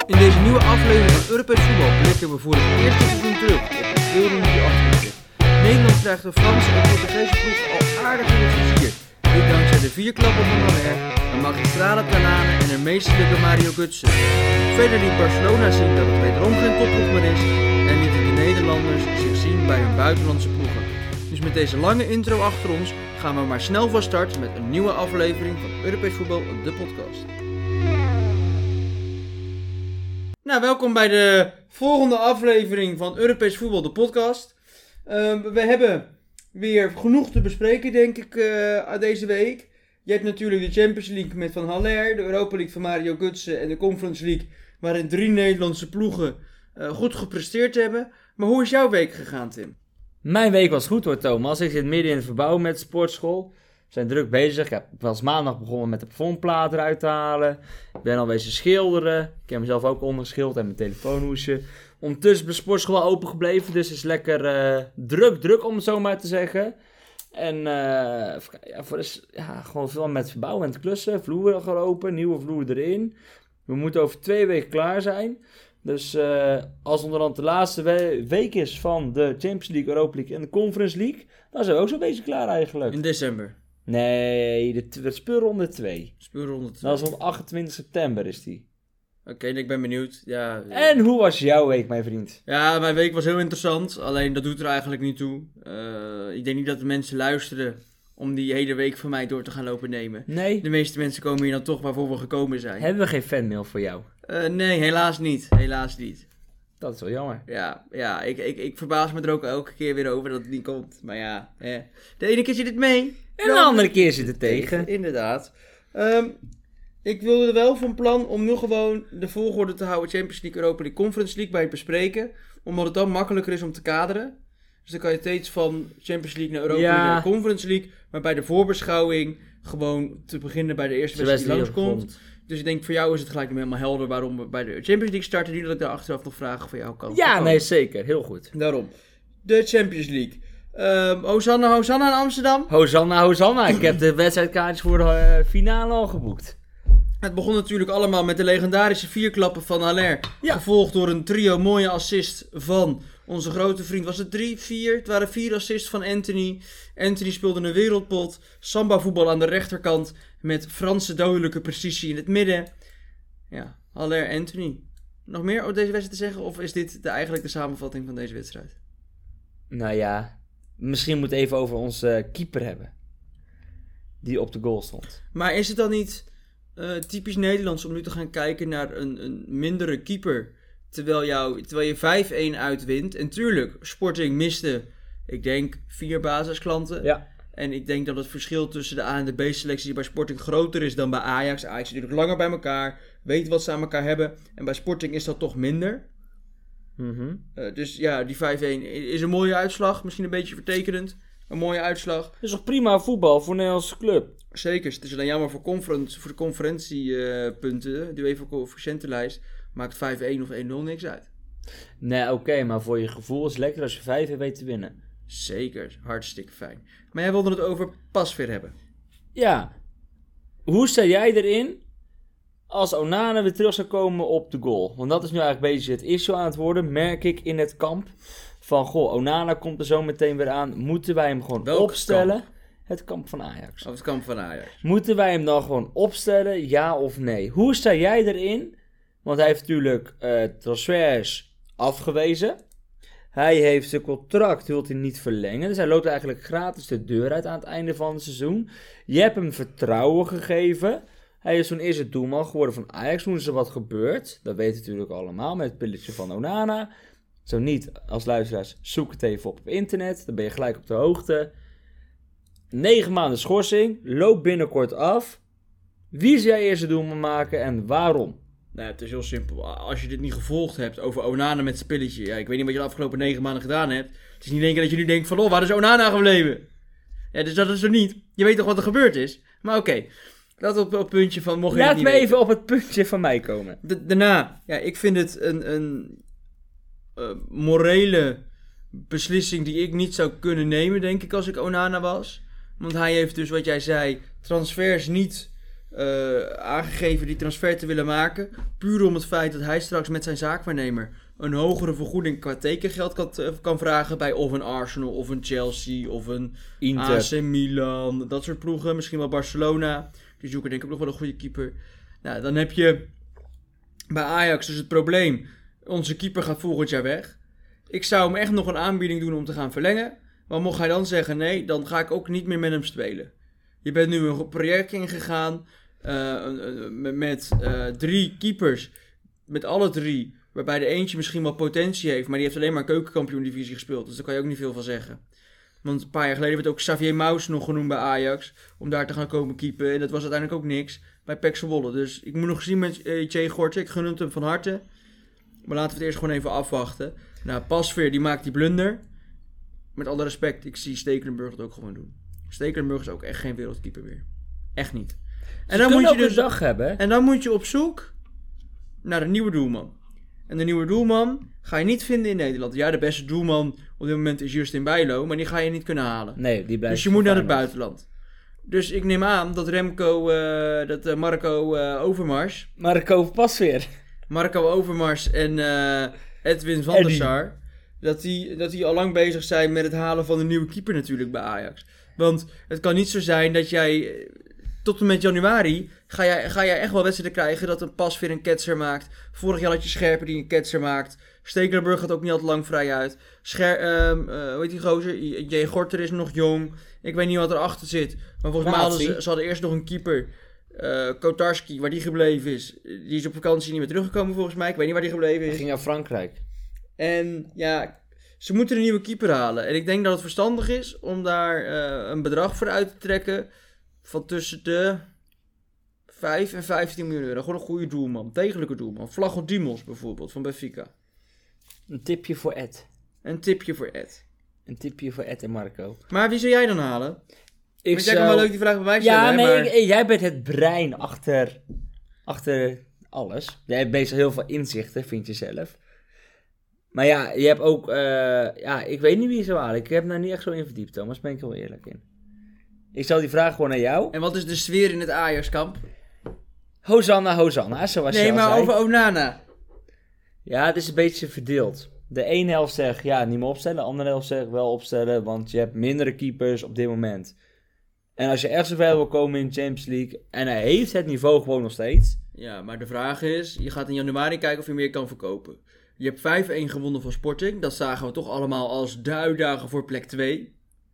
In deze nieuwe aflevering van Europees Voetbal blikken we voor het eerste seizoen terug op de speelronde die achter ons ligt. Nederland krijgt de Franse en Portugese ploeg al aardig in het vizier. Dit dankzij de 4 klappen van Haller, een magistrale Tanane en een meesterlijke Mario Götze. Verder liet Barcelona zien dat het wederom geen topploeg meer is en lieten de Nederlanders zich zien bij hun buitenlandse ploegen. Dus met deze lange intro achter ons gaan we maar snel van start met een nieuwe aflevering van Europees Voetbal, de podcast. Nou, welkom bij de volgende aflevering van Europees Voetbal, de podcast. We hebben weer genoeg te bespreken, denk ik, deze week. Je hebt natuurlijk de Champions League met Van Haller, de Europa League van Mario Götze en de Conference League, waarin 3 Nederlandse ploegen goed gepresteerd hebben. Maar hoe is jouw week gegaan, Tim? Mijn week was goed hoor, Thomas. Ik zit midden in het verbouwen met de sportschool. We zijn druk bezig. Ik was maandag begonnen met de plafondplaat eruit te halen. Ik ben al wezen schilderen. Ik heb mezelf ook onderschilderd en mijn telefoonhoesje. Ondertussen is de sportschool open gebleven. Dus het is lekker druk om het zo maar te zeggen. En gewoon veel met verbouwen en te klussen. Vloeren gelopen, nieuwe vloer erin. We moeten over 2 weken klaar zijn. Dus als onderhand de laatste week is van de Champions League, Europa League en de Conference League, dan zijn we ook zo'n beetje klaar eigenlijk. In december? Nee, de speelronde 2. Speelronde 2. Dat is op 28 september is die. Oké, ik ben benieuwd. Ja, En hoe was jouw week, mijn vriend? Ja, mijn week was heel interessant. Alleen dat doet er eigenlijk niet toe. Ik denk niet dat de mensen luisteren om die hele week van mij door te gaan lopen nemen. Nee? De meeste mensen komen hier dan toch waarvoor we gekomen zijn. Hebben we geen fanmail voor jou? Nee, helaas niet. Helaas niet. Dat is wel jammer. Ja, ik verbaas me er ook elke keer weer over dat het niet komt. Maar ja, de ene keer zit het mee. En de andere keer zit het tegen. Inderdaad. Ik wilde er wel van plan om nu gewoon de volgorde te houden. Champions League, Europa League, Conference League bij het bespreken. Omdat het dan makkelijker is om te kaderen. Dus dan kan je steeds van Champions League naar Europa League naar Conference League. Maar bij de voorbeschouwing gewoon te beginnen bij de eerste wedstrijd die langskomt. Dus ik denk voor jou is het gelijk helemaal helder waarom we bij de Champions League starten. Niet dat ik daar achteraf nog vragen van jou kan. Ja, nee, zeker. Heel goed. Daarom. De Champions League. Hosanna in Amsterdam. Hosanna. Ik heb de wedstrijdkaartjes voor de finale al geboekt. Het begon natuurlijk allemaal met de legendarische 4 klappen van Haller. Ja. Gevolgd door een trio mooie assists van onze grote vriend. Was het 3, 4? Het waren 4 assists van Anthony. Anthony speelde een wereldpot. Samba voetbal aan de rechterkant. Met Franse dodelijke precisie in het midden. Ja, Haller, Anthony. Nog meer over deze wedstrijd te zeggen? Of is dit eigenlijk de samenvatting van deze wedstrijd? Nou ja, misschien moet even over onze keeper hebben. Die op de goal stond. Maar is het dan niet typisch Nederlands om nu te gaan kijken naar een mindere keeper, terwijl je 5-1 uitwint? En tuurlijk, Sporting miste, ik denk, 4 basisklanten. Ja. En ik denk dat het verschil tussen de A en de B selectie bij Sporting groter is dan bij Ajax. Ajax is natuurlijk langer bij elkaar, weet wat ze aan elkaar hebben. En bij Sporting is dat toch minder. Mm-hmm. Dus ja, die 5-1 is een mooie uitslag. Misschien een beetje vertekenend. Een mooie uitslag. Dat is toch prima voetbal voor een Nederlandse club? Zeker. Het is alleen jammer voor de conferentiepunten. De UEFA coëfficiëntenlijst maakt 5-1 of 1-0 niks uit. Nee, oké, maar voor je gevoel is het lekker als je 5-1 weet te winnen. Zeker. Hartstikke fijn. Maar jij wilde het over Pasveer hebben. Ja. Hoe sta jij erin als Onana weer terug zou komen op de goal? Want dat is nu eigenlijk een beetje het issue aan het worden, merk ik in het kamp. Van, Onana komt er zo meteen weer aan. Moeten wij hem gewoon opstellen? Kamp? Het kamp van Ajax. Of het kamp van Ajax. Moeten wij hem dan gewoon opstellen, ja of nee? Hoe sta jij erin? Want hij heeft natuurlijk transfers afgewezen. Hij heeft zijn contract, wil hij niet verlengen. Dus hij loopt eigenlijk gratis de deur uit aan het einde van het seizoen. Je hebt hem vertrouwen gegeven. Hij is toen eerste doelman geworden van Ajax. Toen is er wat gebeurd. Dat weten we natuurlijk allemaal met het pilletje van Onana. Zo niet, als luisteraars, zoek het even op internet. Dan ben je gelijk op de hoogte. 9 maanden schorsing. Loopt binnenkort af. Wie zou jij eerste doelman maken en waarom? Nou, het is heel simpel. Als je dit niet gevolgd hebt over Onana met zijn pilletje. Ja, ik weet niet wat je de afgelopen 9 maanden gedaan hebt. Het is niet denken dat je nu denkt van, waar is Onana gebleven? Ja, dus dat is er niet. Je weet toch wat er gebeurd is? Maar oké. Laten we op het puntje van, mocht je Laat het niet me weten. even op het puntje van mij komen. Daarna, ja, ik vind het een morele beslissing die ik niet zou kunnen nemen, denk ik, als ik Onana was. Want hij heeft dus, wat jij zei, transfers niet aangegeven die transfer te willen maken. Puur om het feit dat hij straks met zijn zaakwaarnemer een hogere vergoeding qua tekengeld kan vragen bij of een Arsenal of een Chelsea of een Inter. AC Milan. Dat soort ploegen. Misschien wel Barcelona. Die zoeken denk ik ook nog wel een goede keeper. Nou, dan heb je bij Ajax dus het probleem. Onze keeper gaat volgend jaar weg. Ik zou hem echt nog een aanbieding doen om te gaan verlengen. Maar mocht hij dan zeggen nee, dan ga ik ook niet meer met hem spelen. Je bent nu een project ingegaan met 3 keepers. Met alle 3. Waarbij de eentje misschien wel potentie heeft. Maar die heeft alleen maar keukenkampioen-divisie gespeeld. Dus daar kan je ook niet veel van zeggen. Want een paar jaar geleden werd ook Xavier Maus nog genoemd bij Ajax. Om daar te gaan komen keepen. En dat was uiteindelijk ook niks bij PEC Zwolle. Dus ik moet nog zien met Jay Gorter. Ik gun het hem van harte. Maar laten we het eerst gewoon even afwachten. Nou, Pasveer die maakt die blunder. Met alle respect, ik zie Stekelenburg het ook gewoon doen. Stekelenburg is ook echt geen wereldkeeper meer. Echt niet. En dan moet je dus een dag hebben. En dan moet je op zoek naar een nieuwe doelman. En de nieuwe doelman ga je niet vinden in Nederland. Ja, de beste doelman op dit moment is Justin Bijlo, maar die ga je niet kunnen halen. Nee, die blijft. Dus je moet naar het buitenland. Dus ik neem aan dat Marco Overmars. Marco Pasveer. Marco Overmars en Edwin van der Sar. Dat die al lang bezig zijn met het halen van een nieuwe keeper natuurlijk bij Ajax. Want het kan niet zo zijn dat jij tot en met januari ga jij echt wel wedstrijden krijgen dat een Pasveer een ketser maakt. Vorig jaar had je Scherpen die een ketser maakt. Stekelenburg gaat ook niet altijd lang vrij uit. Hoe heet die gozer? Jay Gorter is nog jong. Ik weet niet wat erachter zit. Maar volgens mij hadden eerst nog een keeper. Kotarski, waar die gebleven is. Die is op vakantie niet meer teruggekomen volgens mij. Ik weet niet waar die gebleven is. Hij ging naar Frankrijk. En ja, ze moeten een nieuwe keeper halen. En ik denk dat het verstandig is om daar een bedrag voor uit te trekken van tussen de 5 en 15 miljoen euro. Gewoon een goede doelman, degelijke doelman. Vlachodimos bijvoorbeeld, van Benfica. Een tipje voor Ed. Een tipje voor Ed. Een tipje voor Ed en Marco. Maar wie zou jij dan halen? Jij kan wel leuk die vraag bij mij stellen. Ja, hè, nee, maar... jij bent het brein achter alles. Jij hebt meestal heel veel inzichten, vind je zelf. Maar ja, je hebt ook... ik weet niet wie je zou halen. Ik heb daar niet echt zo in verdiept, Thomas. Ben ik heel eerlijk in. Ik stel die vraag gewoon aan jou. En wat is de sfeer in het Ajax-kamp? Hosanna, Hosanna, zoals je al zei. Nee, maar over Onana. Ja, het is een beetje verdeeld. De ene helft zegt, ja, niet meer opstellen. De andere helft zegt, wel opstellen. Want je hebt mindere keepers op dit moment. En als je echt zover wil komen in de Champions League... en hij heeft het niveau gewoon nog steeds... Ja, maar de vraag is... je gaat in januari kijken of je meer kan verkopen. Je hebt 5-1 gewonnen van Sporting. Dat zagen we toch allemaal als de uitdaging voor plek 2.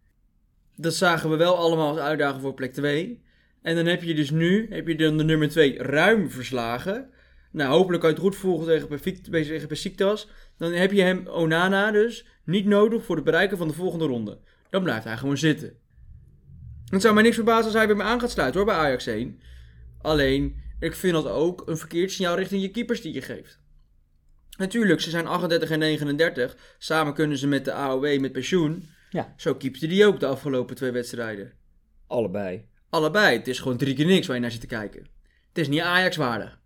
Dat zagen we wel allemaal als uitdaging voor plek 2. En dan heb je dus nu... heb je dan de nummer 2 ruim verslagen. Nou, hopelijk kan je het goed volgen tegen Besiktas. Dan heb je hem, Onana dus... niet nodig voor het bereiken van de volgende ronde. Dan blijft hij gewoon zitten. Het zou mij niks verbazen als hij weer me aan gaat sluiten hoor, bij Ajax 1. Alleen, ik vind dat ook een verkeerd signaal richting je keepers die je geeft. Natuurlijk, ze zijn 38 en 39. Samen kunnen ze met de AOW met pensioen. Ja. Zo keepte die ook de afgelopen 2 wedstrijden. Allebei. Allebei. Het is gewoon 3 keer niks waar je naar zit te kijken. Het is niet Ajax waardig.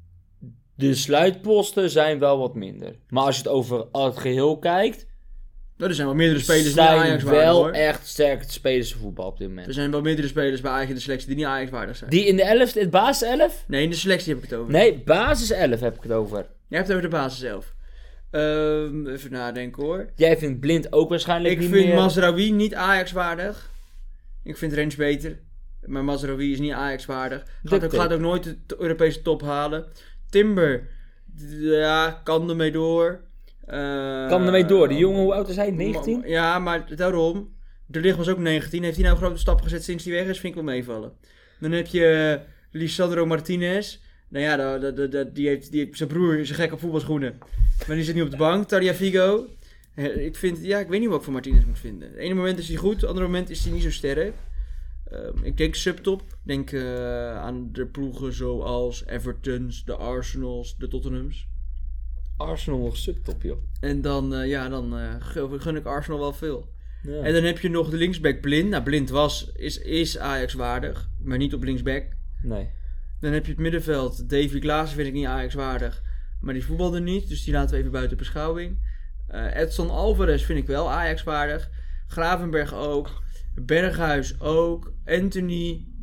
De sluitposten zijn wel wat minder. Maar als je het over het geheel kijkt... Er zijn wel meerdere spelers die Ajax waardig zijn. Wel echt sterk spelers voetbal op dit moment. Er zijn wel meerdere spelers bij Ajax in de selectie die niet Ajax waardig zijn. Die in de 11, het basis 11? Nee, in de selectie heb ik het over. Nee, basis 11 heb ik het over. Jij hebt het over de basis zelf. Even nadenken hoor. Jij vindt Blind ook waarschijnlijk niet meer... Ik vind Mazraoui niet Ajax waardig. Ik vind Rens beter. Maar Mazraoui is niet Ajax waardig. Gaat ook nooit de Europese top halen. Timber, ja, kan ermee door. Kan ermee door. Die jongen, hoe oud is hij? 19? Ja, maar daarom. De Ligt was ook 19. Heeft hij nou een grote stap gezet sinds hij weg is? Vind ik wel meevallen. Dan heb je Lisandro Martinez. Nou ja, die heeft zijn broer is gek op voetbalschoenen. Maar die zit nu op de bank. Tagliafico. Ik weet niet wat ik van Martinez moet vinden. Het ene moment is hij goed, het andere moment is hij niet zo sterk. Ik denk subtop. Ik denk aan de ploegen zoals Evertons, de Arsenals, de Tottenhams. Arsenal nog subtop, joh. En dan gun ik Arsenal wel veel. Ja. En dan heb je nog de linksback Blind. Nou, Blind is Ajax waardig, maar niet op linksback. Nee. Dan heb je het middenveld. Davy Klaassen vind ik niet Ajax waardig, maar die voetbalde niet, dus die laten we even buiten beschouwing. Edson Alvarez vind ik wel Ajax waardig. Gravenberg ook. Berghuis ook. Anthony,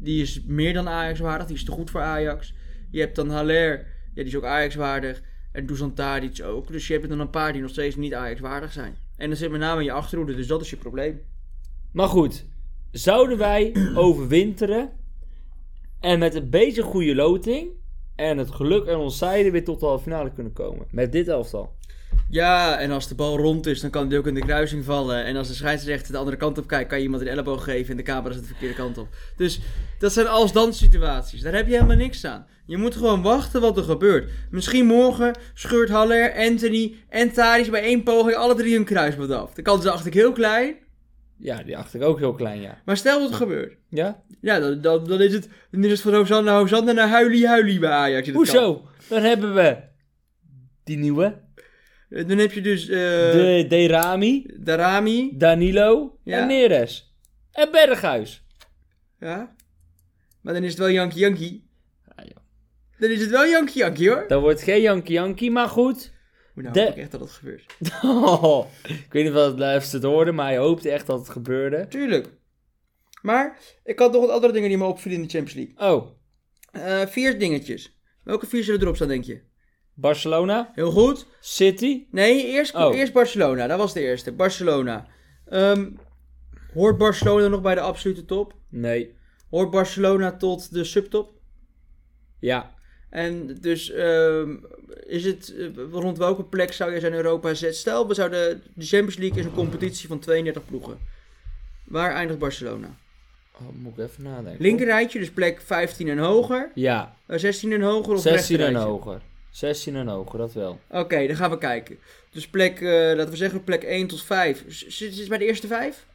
Die is meer dan Ajax waardig. Die is te goed voor Ajax. Je hebt dan Haller. Ja, die is ook Ajax waardig. En Dusan Tadic ook. Dus je hebt er dan een paar die nog steeds niet Ajax waardig zijn. En dat zit met name in je achterhoede. Dus dat is je probleem. Maar goed, zouden wij overwinteren en met een beetje goede loting en het geluk aan onze zijde weer tot de halve finale kunnen komen? Met dit elftal. Ja, en als de bal rond is, dan kan die ook in de kruising vallen. En als de scheidsrechter de andere kant op kijkt, kan je iemand een elleboog geven en de camera zit de verkeerde kant op. Dus dat zijn als-dan situaties. Daar heb je helemaal niks aan. Je moet gewoon wachten wat er gebeurt. Misschien morgen scheurt Haller, Anthony en Tadic bij 1 poging alle 3 hun kruisband af. De kans is acht ik heel klein. Ja, die acht ik ook heel klein, ja. Maar stel dat het gebeurt. Ja? Ja, dan is het van Hosanna naar Huilie bij Ajax. Hoezo? Dan hebben we die nieuwe. Dan heb je dus De Darami. Danilo en Neres. En Berghuis. Ja. Maar dan is het wel Yankee. Ja, joh. Dan is het wel Yankee hoor. Dan wordt het geen Yankee, maar goed. Nou, hoop ik echt dat het gebeurt. Oh, ik weet niet wat het luistert hoorde, maar hij hoopte echt dat het gebeurde. Tuurlijk. Maar ik had nog wat andere dingen die me opvielen in de Champions League. Oh. 4 dingetjes. Welke 4 zullen erop staan, denk je? Barcelona. Heel goed. City. Nee, eerst Barcelona. Dat was de eerste. Barcelona. Hoort Barcelona nog bij de absolute top? Nee. Hoort Barcelona tot de subtop? Ja. En dus is het rond welke plek zou je zijn in Europa zetten? Stel, de Champions League is een competitie van 32 ploegen. Waar eindigt Barcelona? Oh, moet ik even nadenken. Linker rijtje, dus plek 15 en hoger. Ja. 16 en hoger of 16 en rechterrijtje? hoger. 16 en hoger, dat wel. Oké, dan gaan we kijken. Dus plek, laten we zeggen plek 1 tot 5. Zitten ze bij de eerste 5?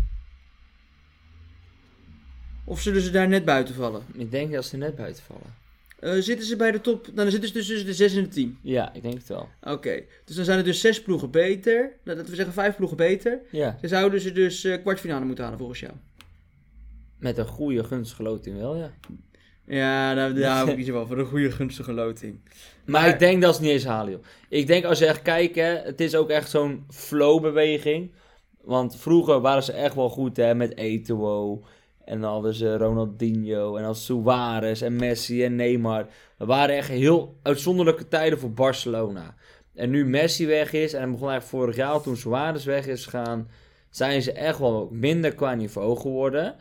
Of zullen ze daar net buiten vallen? Ik denk dat ze net buiten vallen. Zitten ze bij de top? Dan zitten ze dus tussen de 6 en de 10. Ja, ik denk het wel. Oké, dus dan zijn er dus 6 ploegen beter. Nou, laten we zeggen 5 ploegen beter. Ja. Dan zouden ze dus kwartfinale moeten halen volgens jou. Met een goede gunstige loting wel, ja. Ja, daar hou ik niet zo van. Voor een goede gunstige loting. Maar ik denk dat ze niet eens halen, joh. Ik denk als je echt kijkt, hè, het is ook echt zo'n flow-beweging. Want vroeger waren ze echt wel goed, hè, met Eto'o. En dan hadden ze Ronaldinho en dan Suarez en Messi en Neymar. Dat waren echt heel uitzonderlijke tijden voor Barcelona. En nu Messi weg is, en dat begon eigenlijk vorig jaar toen Suarez weg is gegaan, zijn ze echt wel minder qua niveau geworden.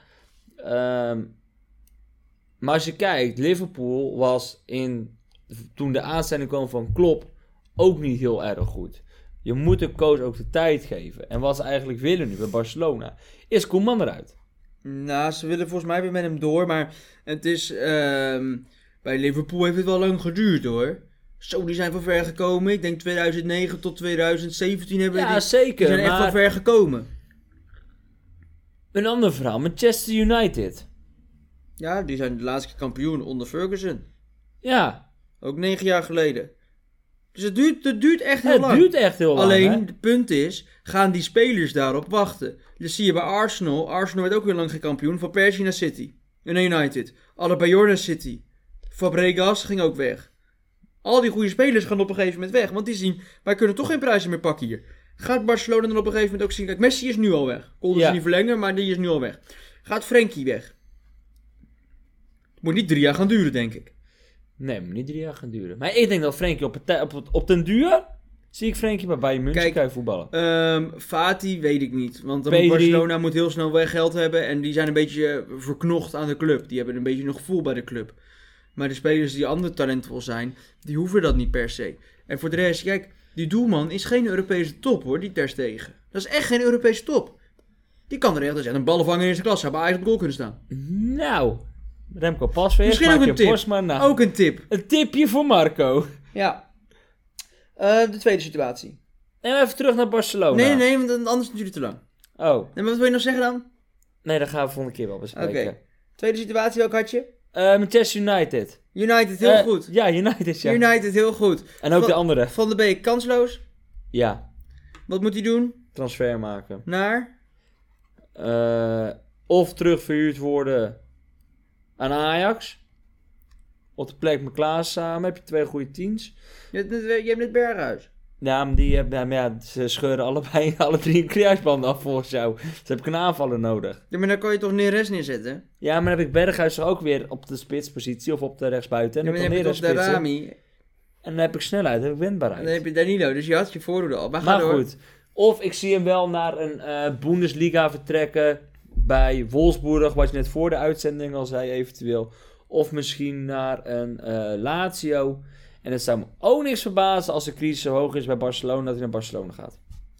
Maar als je kijkt, Liverpool was toen de aanstelling kwam van Klopp ook niet heel erg goed. Je moet de coach ook de tijd geven. En wat ze eigenlijk willen nu bij Barcelona is Koeman eruit. Nou, ze willen volgens mij weer met hem door, maar het is... bij Liverpool heeft het wel lang geduurd hoor. Zo, die zijn van ver gekomen. Ik denk 2009 tot 2017 hebben Ja, zeker. Die zijn echt van ver gekomen. Een ander verhaal, Manchester United. Ja, die zijn de laatste keer kampioen onder Ferguson. Ja. Ook 9 jaar geleden. Dus het duurt echt heel lang. Het duurt echt heel lang, Alleen, hè? het punt is, gaan die spelers daarop wachten? Dus zie je bij Arsenal. Arsenal werd ook heel lang geen kampioen. Van Persie naar City. En naar United. Adebayor naar City. Fabregas ging ook weg. Al die goede spelers gaan op een gegeven moment weg. Want die zien, wij kunnen toch geen prijzen meer pakken hier. Gaat Barcelona dan op een gegeven moment ook zien... Kijk, Messi is nu al weg. Konden ze niet verlengen, maar die is nu al weg. Gaat Frenkie weg? Moet niet 3 jaar gaan duren, denk ik. Nee, moet niet 3 jaar gaan duren. Maar ik denk dat Frenkie op den duur... Zie ik Frenkie bij Bayern München kan voetballen. Fati weet ik niet. Want Pedri. Barcelona moet heel snel weg geld hebben. En die zijn een beetje verknocht aan de club. Die hebben een beetje een gevoel bij de club. Maar de spelers die ander talentvol zijn, die hoeven dat niet per se. En voor de rest, kijk, die doelman is geen Europese top hoor, die Ter Stegen. Dat is echt geen Europese top. Die kan er echt een ballenvanger in eerste klas. Zou bij Ajax op goal kunnen staan. Nou, Remco Pasveer. Misschien ook een tip. Nou. Ook een tip. Een tipje voor Marco. Ja. De tweede situatie. En even terug naar Barcelona. Nee, want anders duurt het te lang. Oh. En wat wil je nog zeggen dan? Nee, dat gaan we volgende keer wel bespreken. Oké. Tweede situatie, welk had je? Manchester United. United, heel goed. Ja, United, ja. United, heel goed. En ook de andere. Van de Beek, kansloos. Ja. Wat moet hij doen? Transfer maken. Naar? Of terugverhuurd worden aan Ajax. Op de plek met Klaas samen heb je 2 goede teams. Je hebt net Berghuis. Ja, maar ze scheuren allebei alle 3 een kruisband af volgens jou. Dus heb ik een aanvaller nodig. Ja, maar dan kan je toch Neres neerzetten? Ja, maar dan heb ik Berghuis er ook weer op de spitspositie of op de rechtsbuiten. En Ja, maar dan dan kan heb je toch Neres spitsen. Darami. En dan heb ik snelheid, dan heb ik wendbaarheid. En dan heb je Danilo, dus je had je voorhoede al. Maar ga Maar door. goed, of ik zie hem wel naar een Bundesliga vertrekken bij Wolfsburg, wat je net voor de uitzending al zei eventueel. Of misschien naar een Lazio. En het zou me ook niks verbazen als de crisis zo hoog is bij Barcelona, dat hij naar Barcelona gaat.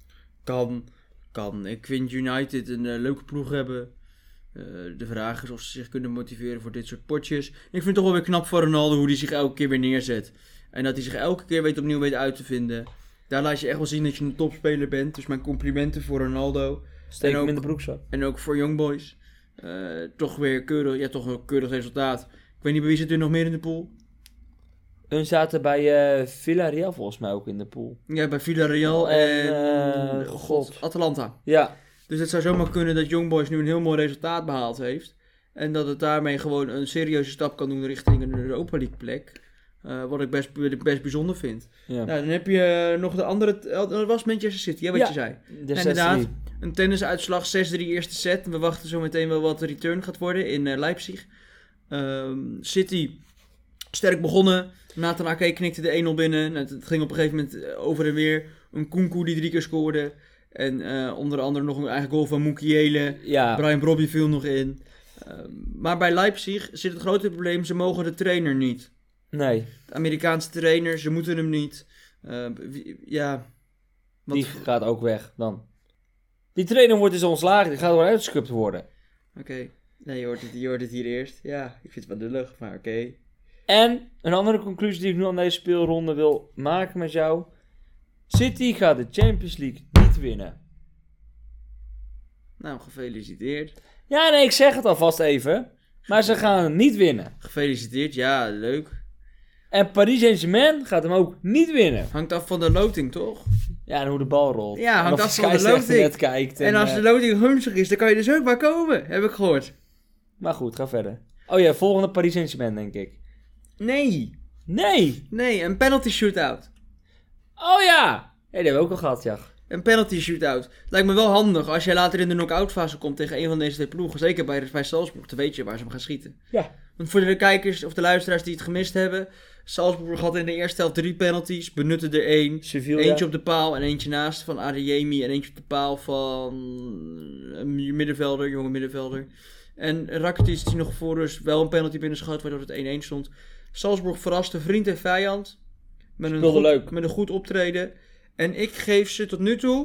Kan. Ik vind United een leuke ploeg hebben. De vraag is of ze zich kunnen motiveren voor dit soort potjes. Ik vind het toch wel weer knap van Ronaldo hoe hij zich elke keer weer neerzet. En dat hij zich elke keer opnieuw weet uit te vinden. Daar laat je echt wel zien dat je een topspeler bent. Dus mijn complimenten voor Ronaldo. Steek En hem ook- in de broekzak. En ook voor Young Boys. Toch weer keurig. Ja, toch een keurig resultaat. Ik weet niet bij wie zit er nog meer in de pool. Hun zaten bij Villarreal volgens mij ook in de pool. Ja, bij Villarreal en Atalanta. Ja, Dus het zou zomaar kunnen dat Young Boys nu een heel mooi resultaat behaald heeft. En dat het daarmee gewoon een serieuze stap kan doen richting een Europa League plek. Wat ik best bijzonder vind. ja. Nou, dan heb je nog de andere... Dat was Manchester City, hè, wat Ja. je zei. De Inderdaad. 6-3. Een tennisuitslag 6-3 eerste set. We wachten zo meteen wel wat de return gaat worden in Leipzig. City, sterk begonnen. Nathan Ake knikte de 1-0 binnen. Nou, het ging op een gegeven moment over en weer. Een Kunku die 3 keer scoorde. En onder andere nog een eigen goal van Mukiele. Ja, Brian Brobby viel nog in. Maar bij Leipzig zit het grote probleem. Ze mogen de trainer niet. nee. De Amerikaanse trainer, ze moeten hem niet. Ja. Wat- Die gaat ook weg dan. Die trainer wordt dus ontslagen, die gaat wel uitgescupt worden. Oké. Nee, je hoort het hier eerst. Ja, ik vind het wel lullig, maar oké. En een andere conclusie die ik nu aan deze speelronde wil maken met jou. City gaat de Champions League niet winnen. Nou, gefeliciteerd. Ja, nee, ik zeg het alvast even. Maar ze gaan het niet winnen. Gefeliciteerd, ja, leuk. En Paris Saint-Germain gaat hem ook niet winnen. Hangt af van de loting, toch? Ja, en hoe de bal rolt. Ja, En hangt of af van de scheidsrechter loting. net kijkt. En als de loting gunstig is, dan kan je dus ook maar komen. Heb ik gehoord. Maar goed, ga verder. Oh ja, volgende Paris Saint-Germain, denk ik. Nee, Nee! een penalty shootout. Oh ja! Die hebben we ook al gehad, ja. Een penalty shootout. Lijkt me wel handig als jij later in de knock-out fase komt tegen een van deze twee ploegen. Zeker bij Salzburg, dan weet je waar ze hem gaan schieten. Ja. Want voor de kijkers of de luisteraars die het gemist hebben. Salzburg had in de eerste helft 3 penalties, benutte er 1. Sevilla. Eentje op de paal en eentje naast van Adeyemi. En eentje op de paal van een jonge middenvelder. En Rakitic die nog voor rust wel een penalty binnenschoot, waardoor het 1-1 stond. Salzburg verraste vriend en vijand. Speelde leuk. Met een goed optreden. En ik geef ze tot nu toe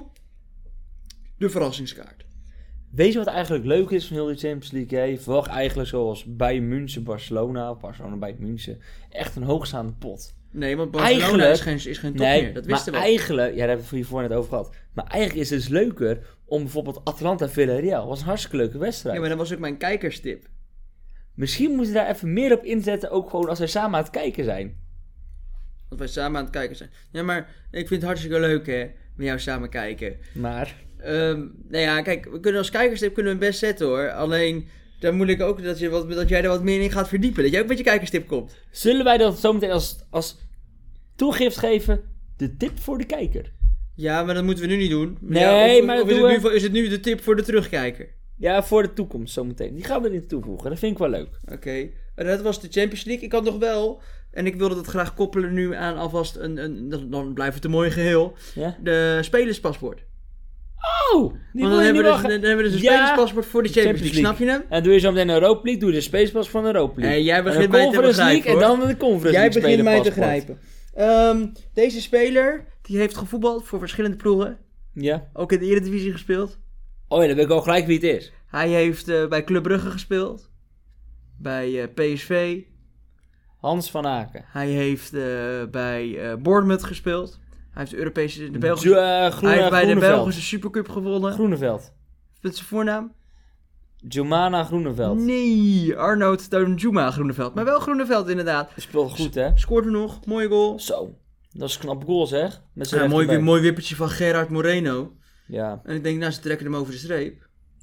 de verrassingskaart. Weet je wat eigenlijk leuk is van heel die Champions League? Je verwacht eigenlijk zoals Bayern München, Barcelona, of Barcelona, Bayern München, echt een hoogstaande pot. Nee, want Barcelona Eigenlijk- is geen top meer. Dat wisten we. maar eigenlijk, ja, daar hebben we het hiervoor net over gehad. Maar eigenlijk is het dus leuker om bijvoorbeeld Atalanta-Villarreal. Was een hartstikke leuke wedstrijd. Ja, maar dat was ook mijn kijkerstip. Misschien moeten we daar even meer op inzetten, ook gewoon als wij samen aan het kijken zijn. Dat wij samen aan het kijken zijn. Ja, maar ik vind het hartstikke leuk, hè. Met jou samen kijken. Maar, Nou ja, kijk, we kunnen als kijkerstip kunnen we hem best zetten, hoor. Alleen, dan moet ik ook dat jij er wat meer in gaat verdiepen. Dat jij ook met je kijkerstip komt. zullen wij dat zometeen als toegift geven, de tip voor de kijker? Ja, maar dat moeten we nu niet doen. Nee, Ja, maar of doen is het nu de tip voor de terugkijker? Ja, voor de toekomst zometeen. Die gaan we erin toevoegen. Dat vind ik wel leuk. Oké. En dat was de Champions League. Ik had nog wel, en ik wilde dat graag koppelen nu aan alvast dan blijft het een mooi geheel. Ja? De spelerspaspoort. Oh! Die Want wil je niet dan wachten. hebben we dus een Ja, spelerspaspoort voor de Champions League. Snap je hem? En doe je zo meteen een Europa League, doe je de Spacepass van de Europa League. Nee, jij En begint een mij te Conference begrijpen, League hoor. en dan de Conference Jij League begint mij te spelerpaspoort. grijpen. Deze speler, die heeft gevoetbald voor verschillende ploegen. Ja. Ook in de Eredivisie gespeeld. Oh ja, dan weet ik al gelijk wie het is. Hij heeft bij Club Brugge gespeeld. Bij PSV. Hans van Aken. Hij heeft bij Bournemouth gespeeld. Hij heeft de Belgische... Hij heeft bij de Groeneveld. Belgische Supercup gewonnen. Groeneveld. Wat is zijn voornaam? Jumana Groeneveld. Nee, Arnoud Danjuma Groeneveld. Maar wel Groeneveld inderdaad. Die speelt goed, hè? Scoort er nog, mooie goal. Zo. Dat is een knap goal, zeg. Met zijn Ja, rechterbeen. mooi wippertje van Gerard Moreno. Ja, En ik denk, nou, ze trekken hem over de streep.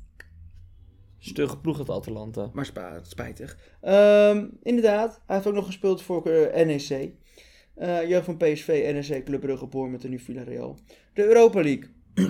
stugge ploeg het Atalanta. Maar spijtig. Inderdaad, hij heeft ook nog gespeeld voor NEC. Jeugd van PSV, NEC, Club Brugge, Bournemouth en nu Villarreal. De Europa League.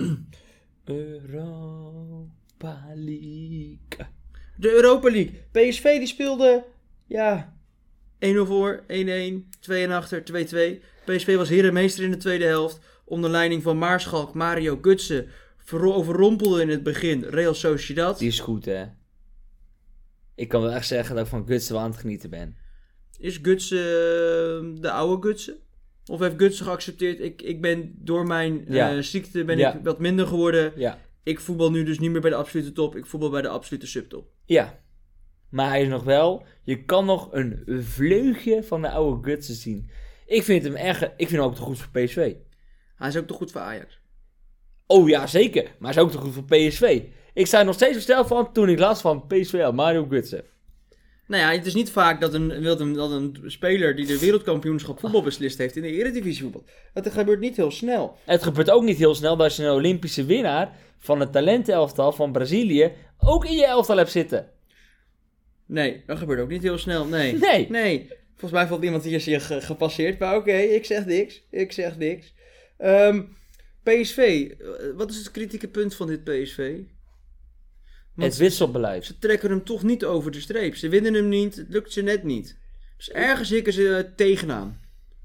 Europa League. De Europa League. PSV die speelde, 1-0 voor, 1-1, 2 en achter, 2-2. PSV was herenmeester in de tweede helft. Onder leiding van Maarschalk, Mario Götze. Overrompelde in het begin Real Sociedad. Die is goed, hè? Ik kan wel echt zeggen dat ik van Götze wel aan het genieten ben. Is Götze de oude Götze? Of heeft Götze geaccepteerd? Ik ben door mijn ziekte ik wat minder geworden. Ja. Ik voetbal nu dus niet meer bij de absolute top. Ik voetbal bij de absolute subtop. Ja. Maar hij is nog wel... Je kan nog een vleugje van de oude Götze zien. Ik vind hem ook te goed voor PSV. Hij is ook te goed voor Ajax. Oh ja, zeker. Maar hij is ook te goed voor PSV. Ik sta er nog steeds versteld van toen ik las van PSV aan Mario Götze. Nou ja, het is niet vaak dat een speler die de wereldkampioenschap voetbal beslist heeft in de Eredivisie voetbal. Dat gebeurt niet heel snel. Het gebeurt ook niet heel snel dat je een Olympische winnaar van het talentenelftal van Brazilië ook in je elftal hebt zitten. Nee, dat gebeurt ook niet heel snel. Nee. Nee. Volgens mij valt iemand hier zich gepasseerd. Maar oké, ik zeg niks. PSV. Wat is het kritieke punt van dit PSV? Want Het wisselbeleid. ze trekken hem toch niet over de streep. Ze winnen hem niet. Het lukt ze net niet. Dus ergens hikken ze tegenaan.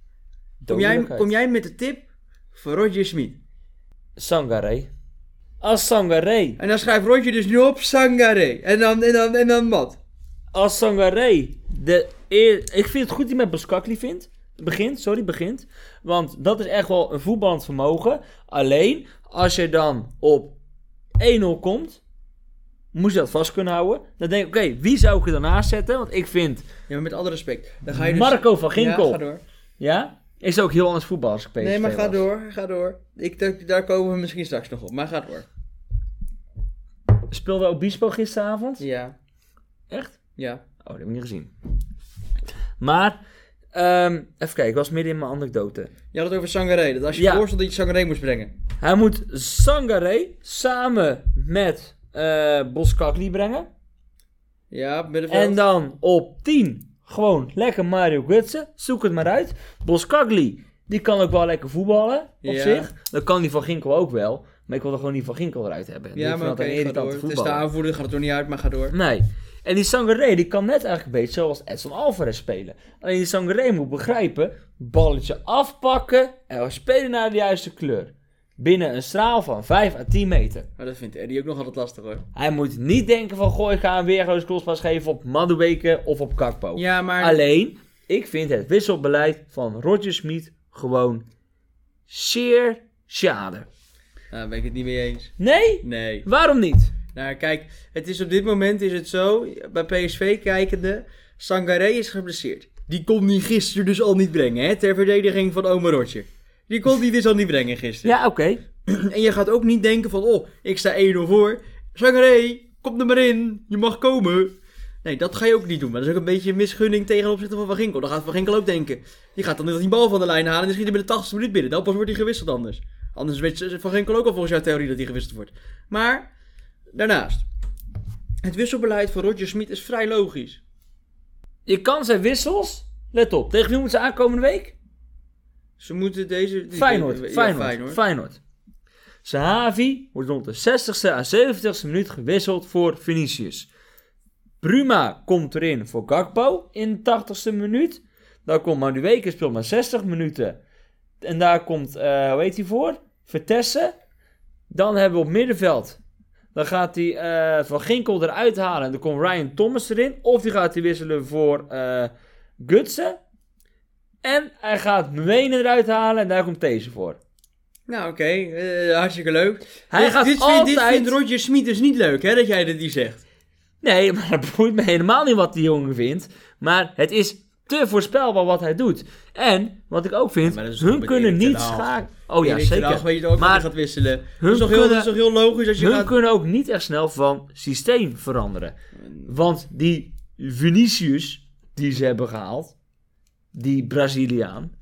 Kom jij met de tip voor Roger Smit? Sangaré. Als Sangaré. En dan schrijft Roger dus nu op Sangaré. En dan wat? Als Sangaré. Ik vind het goed dat hij met Boskakli begint. Want dat is echt wel een voetballend vermogen. Alleen, als je dan op 1-0 komt, moet je dat vast kunnen houden. Dan denk ik, oké, wie zou ik er daarnaast zetten? Want ik vind... Ja, maar met alle respect. Dan ga je dus... Marco van Ginkel. Ja, ga door. Ja? Is ook heel anders voetbal als ik PSV Nee, maar ga was. door. Daar komen we misschien straks nog op. Maar ga door. Speelde Obispo gisteravond? Ja. Echt? Ja. Oh, dat heb ik niet gezien. Maar, even kijken, ik was midden in mijn anekdote. Je had het over Sangaré. Dat als je voorstelt dat je Sangaré moest brengen. Hij moet Sangaré samen met Boskakli brengen. Ja, middenveld. En dan op 10 gewoon lekker Mario Götze. Zoek het maar uit. Boskakli, die kan ook wel lekker voetballen op zich. Dat kan die van Ginkel ook wel. Maar ik wil er gewoon niet van Ginkel eruit hebben. Ja, maar oké, ga door. Het is de aanvoerder, gaat het er niet uit, maar ga door. Nee. En die Sangaré, die kan net eigenlijk een beetje zoals Edson Alvarez spelen. Alleen die Sangaré moet begrijpen, balletje afpakken en we spelen naar de juiste kleur. Binnen een straal van 5 à 10 meter. Maar dat vindt Eddie ook nog altijd lastig hoor. Hij moet niet denken van, goh, ik ga een weergeloos crosspas geven op Madueke of op Kakpo. Ja, maar... Alleen, ik vind het wisselbeleid van Roger Smit gewoon zeer schade. Nou, ben ik het niet mee eens. Nee? Nee. Waarom niet? Nou, kijk, het is op dit moment is het zo, bij PSV kijkende, Sangaré is geblesseerd. Die kon die gisteren dus al niet brengen, hè, ter verdediging van ome Roger. Die kon die dus al niet brengen gisteren. Ja, oké. En je gaat ook niet denken van, oh, ik sta 1-0 voor. Sangaré, kom er maar in, je mag komen. Nee, dat ga je ook niet doen. Maar dat is ook een beetje een misgunning tegen opzichte van Van Ginkel. Dan gaat Van Ginkel ook denken, die gaat dan net die bal van de lijn halen en dan schiet hij bij de 80ste minuut binnen. Dan pas wordt hij gewisseld anders. Anders weet Van Ginkel ook al volgens jouw theorie dat hij gewisseld wordt. Maar... Daarnaast, het wisselbeleid van Roger Smit is vrij logisch. Je kan zijn wissels, let op, tegen wie moeten ze aankomende week? Ze moeten deze... Feyenoord. Sahavi wordt rond de 60ste à 70ste minuut gewisseld voor Vinicius. Bruma komt erin voor Gakpo in de 80ste minuut. Dan komt Madueke, speelt maar 60 minuten. En daar komt, hoe heet hij voor? Vertessen. Dan hebben we op middenveld... Dan gaat hij Van Ginkel eruit halen en dan komt Ryan Thomas erin. Of die gaat hij wisselen voor Götze. En hij gaat Mwene eruit halen en daar komt deze voor. Nou oké, hartstikke leuk. Dit vindt Roger Smit dus niet leuk, hè, dat jij dit niet zegt. Nee, maar dat boeit me helemaal niet wat die jongen vindt. Maar het is te voorspelbaar wat hij doet. En, wat ik ook vind, hun kunnen niet schakelen. Oh ja, zeker. Weet je ook maar gaat wisselen. Dat is toch heel logisch als je hun kunnen ook niet echt snel van systeem veranderen. Want die Vinicius, die ze hebben gehaald, die Braziliaan,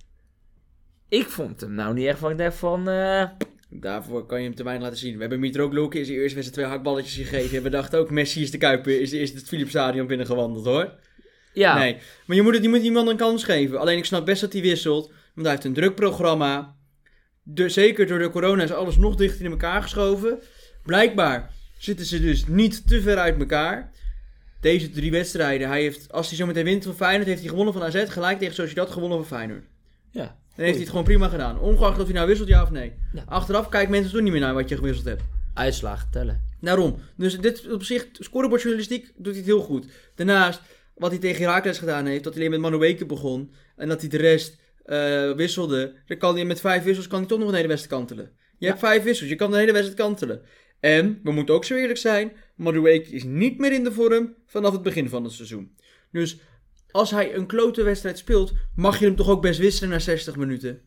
ik vond hem nou niet echt van, ik dacht van... Daarvoor kan je hem te weinig laten zien. We hebben Mitroglou in zijn eerste wedstrijd 2 hakballetjes gegeven. En we dachten ook, Messi is de Kuiper, is het Philips Stadion binnengewandeld hoor. Ja. Nee, maar je moet die man een kans geven. Alleen ik snap best dat hij wisselt. Want hij heeft een druk programma. Zeker door de corona is alles nog dichter in elkaar geschoven. Blijkbaar zitten ze dus niet te ver uit elkaar. Deze 3 wedstrijden, als hij zo meteen wint van Feyenoord, heeft hij gewonnen van AZ, gelijk tegen Sociedad gewonnen van Feyenoord. Ja. Dan heeft hij het gewoon prima gedaan. Ongeacht of hij nou wisselt, ja of nee. Ja. Achteraf kijken mensen toch niet meer naar wat je gewisseld hebt. Uitslagen tellen. Daarom. Dus dit op zich, scorebordjournalistiek doet hij het heel goed. Daarnaast, wat hij tegen Heracles gedaan heeft, dat hij alleen met Madueke begon en dat hij de rest wisselde. Dan kan hij met 5 wissels kan hij toch nog een hele wedstrijd kantelen. Je hebt 5 wissels, je kan de hele wedstrijd kantelen. En, we moeten ook zo eerlijk zijn, Madueke is niet meer in de vorm vanaf het begin van het seizoen. Dus als hij een klote wedstrijd speelt, mag je hem toch ook best wisselen na 60 minuten?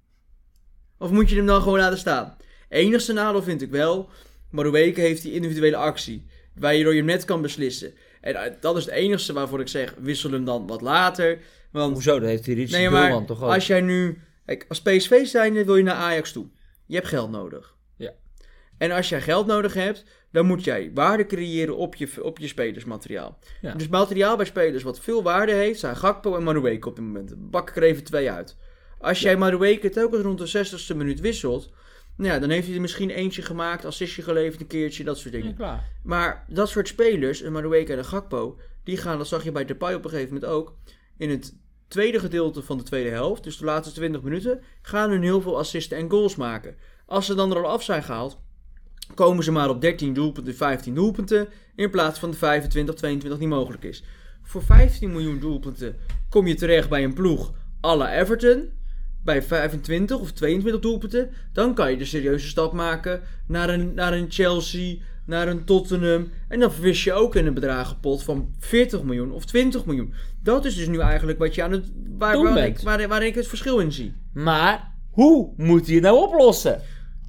Of moet je hem dan gewoon laten staan? Enigste nadeel vind ik wel, Madueke heeft die individuele actie, waardoor je hem net kan beslissen. En dat is het enigste waarvoor ik zeg, wissel hem dan wat later. Want, hoezo? Dat heeft hij Richie nee, Doelman maar toch ook? als jij nu... Kijk, als PSV zijnde wil je naar Ajax toe. Je hebt geld nodig. Ja. En als jij geld nodig hebt, dan moet jij waarde creëren op je spelersmateriaal. Ja. Dus materiaal bij spelers wat veel waarde heeft, zijn Gakpo en Madueke op dit moment. Bak ik er even 2 uit. Als jij Madueke telkens rond de 60ste minuut wisselt, nou ja, dan heeft hij er misschien eentje gemaakt, assistje geleverd een keertje, dat soort dingen. Ja, klaar. Maar dat soort spelers, een Madueke en een Gakpo, die gaan, dat zag je bij Depay op een gegeven moment ook, in het tweede gedeelte van de tweede helft, dus de laatste 20 minuten, gaan hun heel veel assisten en goals maken. Als ze dan er al af zijn gehaald, komen ze maar op 13 doelpunten, 15 doelpunten, in plaats van de 25, 22 die mogelijk is. Voor 15 miljoen doelpunten kom je terecht bij een ploeg à la Everton. Bij 25 of 22 doelpunten, dan kan je de serieuze stap maken naar een Chelsea, naar een Tottenham. En dan verwis je ook in een bedragenpot van 40 miljoen of 20 miljoen. Dat is dus nu eigenlijk wat je aan het waar ik het verschil in zie. Maar hoe moet hij het nou oplossen?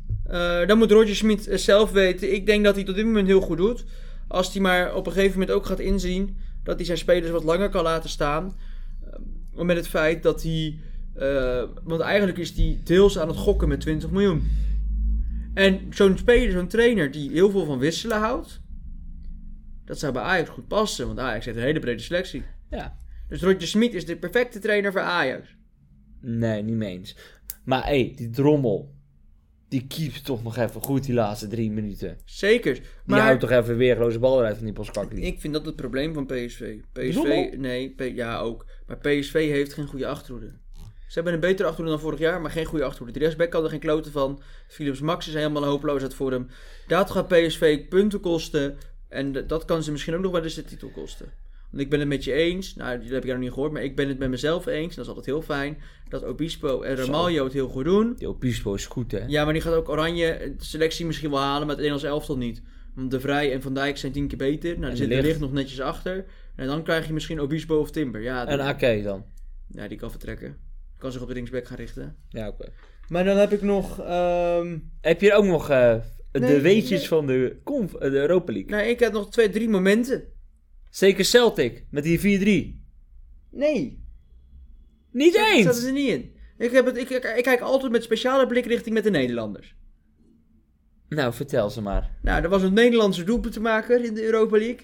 Dan moet Roger Schmidt zelf weten. Ik denk dat hij het op dit moment heel goed doet. Als hij maar op een gegeven moment ook gaat inzien dat hij zijn spelers wat langer kan laten staan. Met het feit dat hij... want eigenlijk is hij deels aan het gokken met 20 miljoen. En zo'n speler, zo'n trainer die heel veel van wisselen houdt, dat zou bij Ajax goed passen. Want Ajax heeft een hele brede selectie. Ja. Dus Roger Schmidt is de perfecte trainer voor Ajax. Nee, niet mee eens. Maar die Drommel, die keept toch nog even goed die laatste 3 minuten. Zeker. Die Maar houdt toch even weerloze bal eruit van die Poskakli. ik vind dat het probleem van PSV. Drommel? Nee, ja ook. Maar PSV heeft geen goede achterhoede. Ze hebben een betere achterhoede dan vorig jaar, maar geen goede achterhoede. De rechtsback kan er geen kloten van. Philips Max is helemaal hopeloos voor hem. Dat gaat PSV punten kosten. En dat kan ze misschien ook nog wel eens de titel kosten. Want ik ben het met je eens. Nou, dat heb ik nog niet gehoord. Maar ik ben het met mezelf eens. Dat is altijd heel fijn. Dat Obispo en Ramaljo het heel goed doen. Die Obispo is goed, hè? Ja, maar die gaat ook Oranje de selectie misschien wel halen. Maar het Nederlands elftal niet. Want De Vrij en Van Dijk zijn 10 keer beter. Nou, dan zit De Ligt nog netjes achter. En dan krijg je misschien Obispo of Timber. Ja, En Ake dan? Ja, die kan vertrekken. Kan zich op de linksback gaan richten. Ja, oké. Maar dan heb ik nog... Heb je ook nog de Nee, weetjes nee. van de Europa League? Nou, ik heb nog 2-3 momenten. Zeker Celtic, met die 4-3. Nee. Niet Dat eens! zat er niet in. Ik kijk altijd met speciale blikrichting met de Nederlanders. Nou, vertel ze maar. Nou, er was een Nederlandse doelpuntenmaker in de Europa League.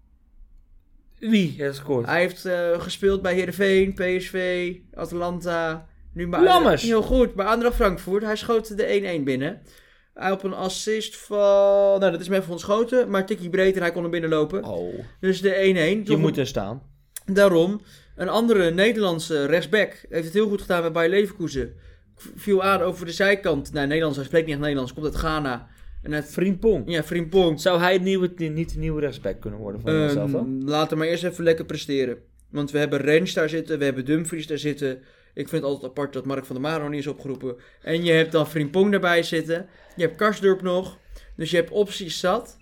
Wie heeft gescoord? Hij heeft gespeeld bij Heerenveen, PSV, Atalanta. Nu bij Lammers. Heel goed, bij Eintracht Frankfurt. Hij schoot de 1-1 binnen. Hij op een assist van... Nou, dat is me even ontschoten. Maar tikkie breed en hij kon er binnenlopen. Oh, Dus de 1-1. je moet er staan. Daarom. Een andere Nederlandse rechtsback heeft het heel goed gedaan met Bayer Leverkusen. Viel aan over de zijkant. Nou, Nederlands, hij spreekt niet echt Nederlands. Komt uit Ghana. En uit... Frimpong. Ja, Frimpong. Zou hij niet de nieuwe rechtsback kunnen worden van jezelf dan? Laat hem maar eerst even lekker presteren. Want we hebben Rens daar zitten. We hebben Dumfries daar zitten. Ik vind het altijd apart dat Mark van der Maro niet is opgeroepen. En je hebt dan Frimpong daarbij zitten. Je hebt Karsdorp nog. Dus je hebt opties zat.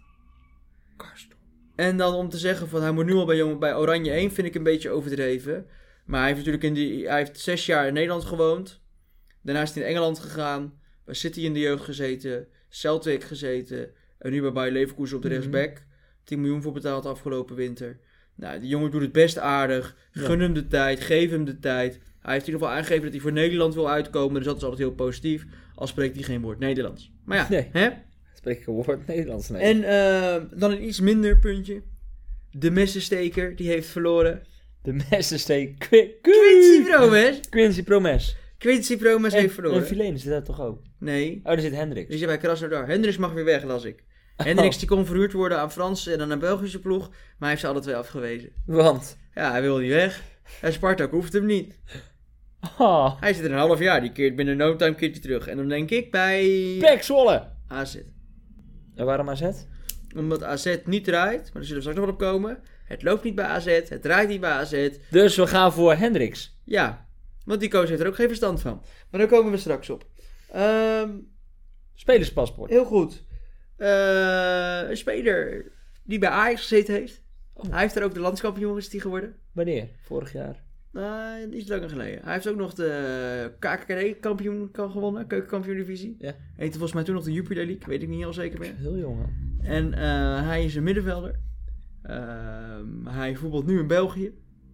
En dan om te zeggen van hij moet nu al bij Oranje 1 vind ik een beetje overdreven. Maar hij heeft natuurlijk hij heeft 6 jaar in Nederland gewoond. Daarna is hij in Engeland gegaan. Bij City in de jeugd gezeten. Celtic gezeten. En nu bij Bayer Leverkusen op de rechtsback. 10 miljoen voor betaald afgelopen winter. Nou, die jongen doet het best aardig. Gun hem de tijd. Geef hem de tijd. Hij heeft in ieder geval aangegeven dat hij voor Nederland wil uitkomen. Dus dat is altijd heel positief. Al spreekt hij geen woord Nederlands. Maar ja, Nee. hè? Spreek ik een woord Nederlands? Nee. En dan een iets minder puntje. De messensteker, die heeft verloren. De messensteek. Quincy Promes. Quincy Promes. Quincey Promes heeft verloren. En Filene zit daar toch ook? Nee, Oh, daar zit Hendricks. die zit bij Krasnodar. Hendricks mag weer weg, las ik. Hendricks die kon verhuurd worden aan Franse en dan een Belgische ploeg. Maar hij heeft ze alle twee afgewezen. Want? Ja, hij wil niet weg. En Spartak hoeft hem niet. Oh. Hij zit er een half jaar. Die keert binnen no time keert hij terug. En dan denk ik bij Pek Zwolle. AZ. En waarom AZ? Omdat AZ niet draait. Maar daar zullen we straks nog wel op komen. Het loopt niet bij AZ. Het draait niet bij AZ. Dus we gaan voor Hendricks. Ja. Want die coach heeft er ook geen verstand van. Maar daar komen we straks op. Spelerspaspoort. Heel goed. Een speler die bij Ajax gezeten heeft. Oh. Hij heeft er ook de landskampioen is die geworden. Wanneer? Vorig jaar? Iets langer geleden. Hij heeft ook nog de KKD-kampioen gewonnen. Keukenkampioen-divisie. Ja. Heette volgens mij toen nog de Jupiler League. Weet ik niet heel zeker meer. Heel jong. Hè? En hij is een middenvelder. Hij voetbalt nu in België.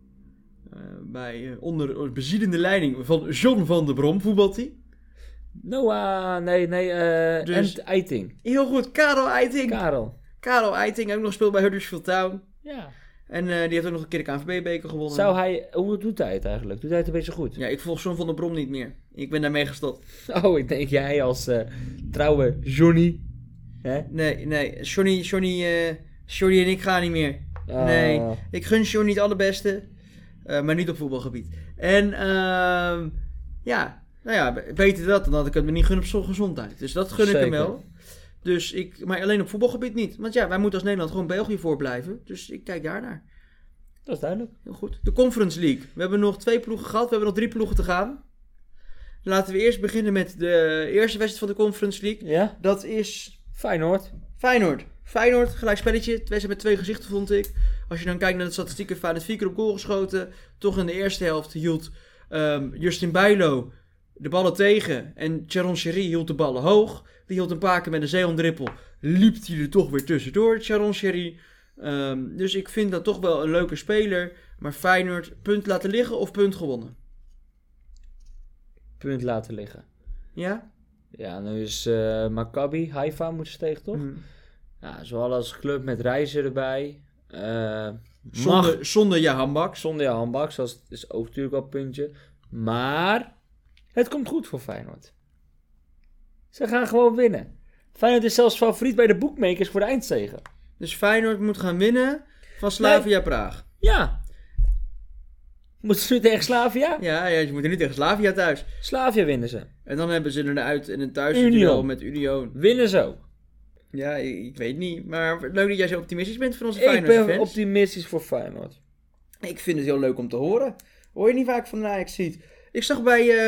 Onder bezielende leiding van John van der Brom voetbalt hij. Noah, nee, Dus- en Eiting. Heel goed, Karel Eiting. Karel. Karel Eiting, ook nog gespeeld bij Huddersfield Town. Ja. En die heeft ook nog een keer de KNVB-beker gewonnen. Hoe doet hij het eigenlijk? Doet hij het een beetje goed? Ja, ik volg John van der Brom niet meer. Ik ben daarmee gestopt. Oh, ik denk jij als trouwe Johnny. Hè? Nee. Johnny en ik gaan niet meer. Nee, ik gun Johnny het allerbeste. Maar niet op voetbalgebied. En beter dat dan dat ik het me niet gun op zo'n gezondheid. Dus dat gun ik hem Zeker. wel. Dus maar alleen op voetbalgebied niet. Want ja, wij moeten als Nederland gewoon België voorblijven. Dus ik kijk daarnaar. Dat is duidelijk. Heel goed. De Conference League. We hebben nog 2 ploegen gehad. We hebben nog 3 ploegen te gaan. Laten we eerst beginnen met de eerste wedstrijd van de Conference League. Ja? Dat is Feyenoord. Feyenoord, gelijk spelletje. Het wedstrijd met 2 gezichten vond ik. Als je dan kijkt naar de statistieken, Feyenoord 4 keer op goal geschoten. Toch in de eerste helft hield Justin Bijlo de ballen tegen. En Charon Sherry hield de ballen hoog. Die hield een paar keer met een zeehonddrippel. Liep hij er toch weer tussendoor, Charon Sherry. Dus ik vind dat toch wel een leuke speler. Maar Feyenoord, punt laten liggen of punt gewonnen? Punt laten liggen. Ja? Ja, nu is Maccabi, Haifa moeten ze tegen, toch? Ja, zowel als club met Reizen erbij. Zonder Jahan Baks. Zonder Jahan Baks, dat is ook natuurlijk wel een puntje. Maar het komt goed voor Feyenoord. Ze gaan gewoon winnen. Feyenoord is zelfs favoriet bij de bookmakers voor de eindzege. Dus Feyenoord moet gaan winnen van Slavia Praag. Ja. Moeten ze nu tegen Slavia? Ja, je moet er nu tegen Slavia thuis. Slavia winnen ze. En dan hebben ze er een uit- en een thuis Union. duel met Union. Winnen ze ook. Ja, ik weet niet. Maar leuk dat jij zo optimistisch bent voor onze Ik Feyenoord ben fans. optimistisch voor Feyenoord. Ik vind het heel leuk om te horen. Hoor je niet vaak van de Ajax ziet. Ik zag bij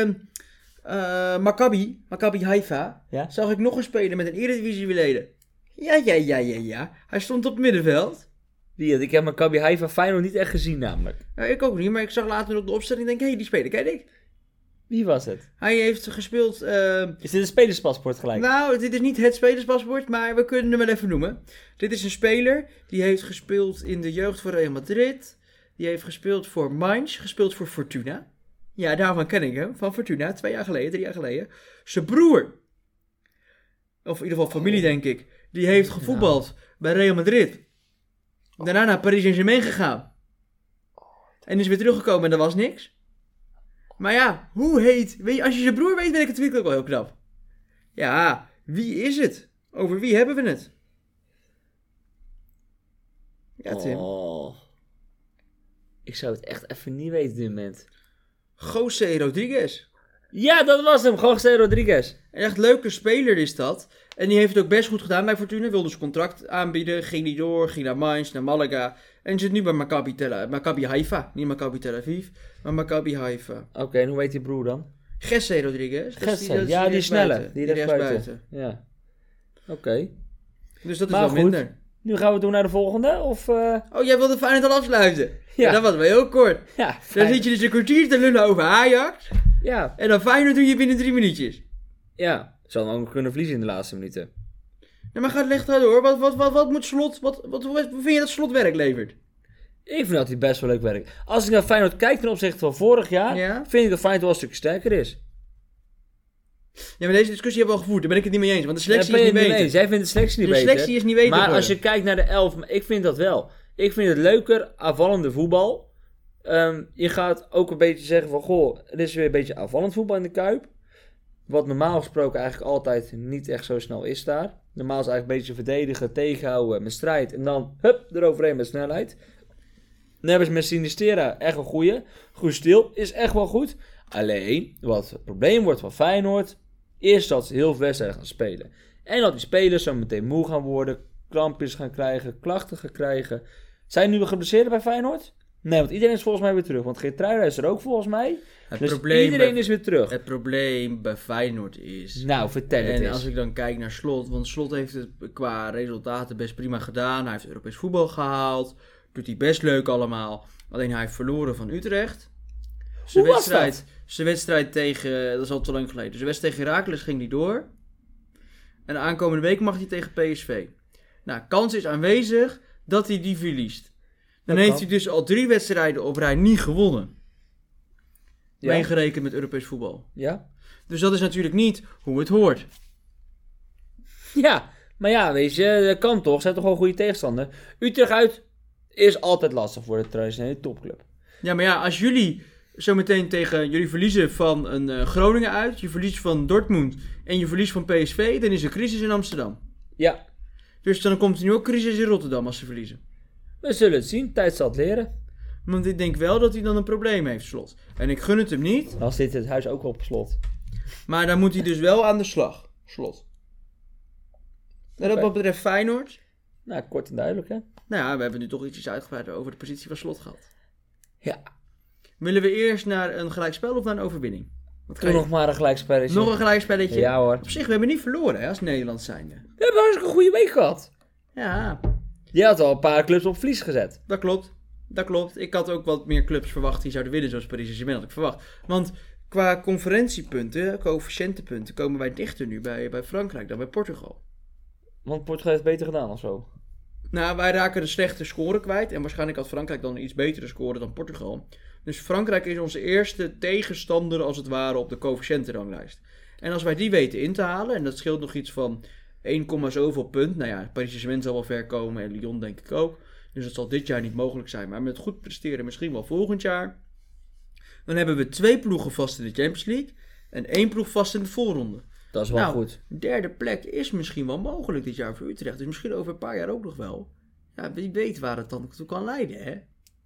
Maccabi Haifa, Ja? zag ik nog een speler met een Eredivisie-leden. Ja. Hij stond op het middenveld. Wie had ik heb Maccabi Haifa Feyenoord niet echt gezien namelijk. Ja, ik ook niet, maar ik zag later op de opstelling en denk, die speler ken ik. Wie was het? Hij heeft gespeeld... Is dit een spelerspaspoort gelijk? Nou, dit is niet het spelerspaspoort, maar we kunnen hem wel even noemen. Dit is een speler die heeft gespeeld in de jeugd voor Real Madrid. Die heeft gespeeld voor Mainz, gespeeld voor Fortuna. Ja, daarvan ken ik hem, van Fortuna, 3 jaar geleden. Zijn broer, of in ieder geval familie denk ik, die heeft gevoetbald bij Real Madrid. Daarna naar Paris Saint-Germain gegaan. En is weer teruggekomen en er was niks. Maar ja, weet je, als je zijn broer weet, ben ik het natuurlijk ook wel heel knap. Ja, wie is het? Over wie hebben we het? Ja, Tim. Oh. Ik zou het echt even niet weten op dit moment. José Rodriguez. Ja, dat was hem. José Rodriguez. Een echt leuke speler is dat. En die heeft het ook best goed gedaan bij Fortuna. Wilde zijn contract aanbieden. Ging niet door. Ging naar Mainz, naar Malaga. En zit nu bij Maccabi Haifa. Niet Maccabi Tel Aviv, maar Maccabi Haifa. Oké, en hoe heet die broer dan? José Rodriguez. Die snelle. Die rechts rechtsbuiten. Ja. Oké. Dus dat is Maar wel goed. minder. Nu gaan we door naar de volgende, of... Oh, jij wilde Feyenoord al afsluiten? Ja. Dat was wel heel kort. Ja, Dan fijn. zit je dus een kwartier te lullen over Ajax. Ja. En dan Feyenoord doe je binnen 3 minuutjes. Ja. Zal dan ook kunnen verliezen in de laatste minuten. Ja, maar leg daar door. Wat moet Slot... Wat vind je dat Slot werk levert? Ik vind dat hij best wel leuk werkt. Als ik naar Feyenoord kijk ten opzichte van vorig jaar, Ja? vind ik dat Feyenoord wel een stuk sterker is. Ja, maar deze discussie hebben we al gevoerd. Daar ben ik het niet mee eens. Want de selectie Daar ben is je niet het mee beter. eens. Jij vindt de selectie niet De beter. selectie is niet beter Maar geworden. als je kijkt naar de 11, ik vind dat wel. Ik vind het leuker, aanvallende voetbal. Je gaat ook een beetje zeggen van, goh, er is weer een beetje aanvallend voetbal in de Kuip. Wat normaal gesproken eigenlijk altijd niet echt zo snel is daar. Normaal is het eigenlijk een beetje verdedigen, tegenhouden met strijd. En dan, eroverheen met snelheid. Dan hebben ze met Sinistera echt een goede stil. Is echt wel goed. Alleen, wat het probleem wordt van Feyenoord, is dat ze heel veel wedstrijden gaan spelen. En dat die spelers zo meteen moe gaan worden, krampjes gaan krijgen, klachten gaan krijgen. Zijn nu geblesseerd bij Feyenoord? Nee, want iedereen is volgens mij weer terug. Want Geertruida is er ook volgens mij. Iedereen is weer terug. Het probleem bij Feyenoord is... Nou, vertel het eens. En als ik dan kijk naar Slot, want Slot heeft het qua resultaten best prima gedaan. Hij heeft Europees voetbal gehaald. Doet hij best leuk allemaal. Alleen hij heeft verloren van Utrecht. Hoe was dat? Zijn wedstrijd tegen... Dat is al te lang geleden. Zijn wedstrijd tegen Heracles ging niet door. En de aankomende week mag hij tegen PSV. Nou, kans is aanwezig dat hij die verliest. Dan heeft hij dus al 3 wedstrijden op rij niet gewonnen. Ja. Meegerekend met Europees voetbal. Ja. Dus dat is natuurlijk niet hoe het hoort. Ja, maar ja, weet je, dat kan toch. Zijn toch wel een goede tegenstander. Utrecht uit is altijd lastig voor de traditionele topclub. Ja, maar ja, als jullie zometeen jullie verliezen van een Groningen uit, je verliest van Dortmund en je verliest van PSV, dan is er crisis in Amsterdam. Ja. Dus dan komt er nu ook crisis in Rotterdam als ze verliezen. We zullen het zien. Tijd zal het leren. Want ik denk wel dat hij dan een probleem heeft, Slot. En ik gun het hem niet. Dan zit het huis ook op slot. Maar dan moet hij dus wel aan de slag, Slot. En dat wat betreft Feyenoord. Nou, kort en duidelijk, hè? Nou ja, we hebben nu toch ietsjes uitgebreid over de positie van Slot gehad. Ja. Willen we eerst naar een gelijkspel of naar een overwinning? Doe nog maar een gelijkspelletje. Nog een gelijkspelletje? Ja hoor. Op zich, we hebben niet verloren hè, als Nederland zijnde. We hebben hartstikke een goede week gehad. Ja. Je had al een paar clubs op verlies gezet. Dat klopt. Ik had ook wat meer clubs verwacht die zouden winnen, zoals Paris Saint-Germain had ik verwacht. Want qua conferentiepunten, coëfficiëntenpunten, komen wij dichter nu bij Frankrijk dan bij Portugal. Want Portugal heeft het beter gedaan of zo? Nou, wij raken de slechte score kwijt. En waarschijnlijk had Frankrijk dan een iets betere score dan Portugal. Dus Frankrijk is onze eerste tegenstander, als het ware, op de coëfficiëntenranglijst. En als wij die weten in te halen, en dat scheelt nog iets van 1, zoveel punt. Nou ja, Paris Saint-Germain zal wel ver komen en Lyon denk ik ook. Dus dat zal dit jaar niet mogelijk zijn. Maar met goed presteren misschien wel volgend jaar. Dan hebben we 2 ploegen vast in de Champions League. En 1 ploeg vast in de voorronde. Dat is wel goed. Derde plek is misschien wel mogelijk dit jaar voor Utrecht. Dus misschien over een paar jaar ook nog wel. Ja, wie weet waar het dan toe kan leiden, hè?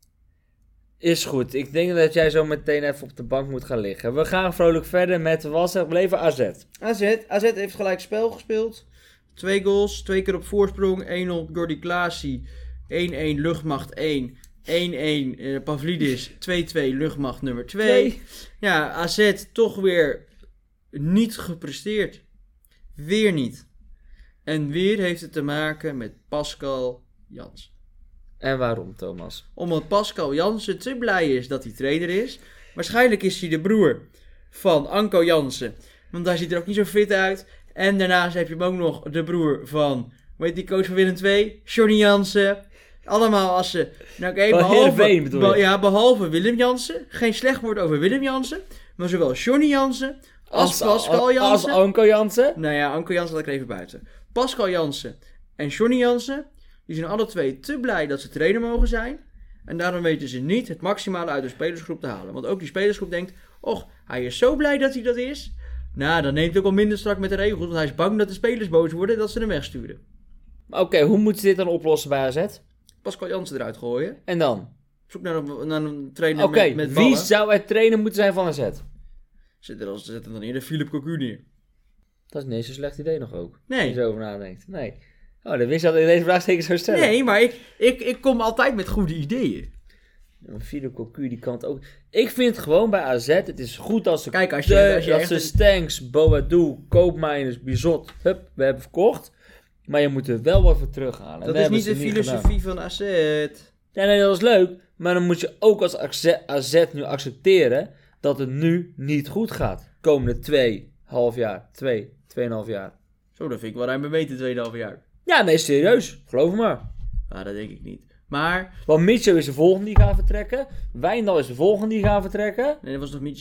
Is goed. Ik denk dat jij zo meteen even op de bank moet gaan liggen. We gaan vrolijk verder met we bleven AZ. AZ heeft gelijk spel gespeeld. 2 goals, 2 keer op voorsprong. 1-0 Gordy Klaasie. 1-1 Luchtmacht 1. 1-1 Pavlidis. 2-2 Luchtmacht nummer 2. Ja, AZ toch weer niet gepresteerd. Weer niet. En weer heeft het te maken met Pascal Jansen. En waarom, Thomas? Omdat Pascal Jansen te blij is dat hij trainer is. Waarschijnlijk is hij de broer van Anko Jansen. Want daar ziet er ook niet zo fit uit. En daarnaast heb je hem ook nog de broer van, hoe heet die coach van Willem II? Johnny Jansen. Allemaal als ze... Nou, behalve Willem Jansen. Geen slecht woord over Willem Jansen. Maar zowel Johnny Jansen als Pascal Jansen. Als Anko Jansen? Nou ja, Anko Jansen laat ik er even buiten. Pascal Jansen en Johnny Jansen, die zijn alle twee te blij dat ze trainer mogen zijn. En daarom weten ze niet het maximale uit de spelersgroep te halen. Want ook die spelersgroep denkt, och, hij is zo blij dat hij dat is. Nou, dan neemt hij ook wel minder strak met de regels. Want hij is bang dat de spelers boos worden en dat ze hem wegsturen. Oké, hoe moeten ze dit dan oplossen bij AZ? Pascal Jansen eruit gooien. En dan? Op zoek naar een trainer met wie zou het trainer moeten zijn van AZ? Zet dan eerder Philip Cocu neer. Dat is niet zo'n slecht idee nog ook. Nee. Als je erover nadenkt. Nee. Oh, dan wist je dat in deze vraag zeker zo stellen. Nee, maar ik kom altijd met goede ideeën. Philip Cocu, die kan het ook. Ik vind gewoon bij AZ, het is goed als ze... Kijk, als je Stanks, Boadou, Koopmeiners, Bizot, we hebben verkocht. Maar je moet er wel wat voor terughalen. Dat is niet de filosofie van AZ. Ja, nee, dat is leuk. Maar dan moet je ook als AZ nu accepteren dat het nu niet goed gaat. Komende 2,5 jaar. 2,5 jaar. Zo, dat vind ik wel ruim beweten, 2,5 jaar. Ja, nee, serieus. Geloof me maar. Ah, dat denk ik niet. Maar... Want Mitchell is de volgende die gaat vertrekken. Wijndal is de volgende die gaat vertrekken. Nee, dat was nog Mitchell.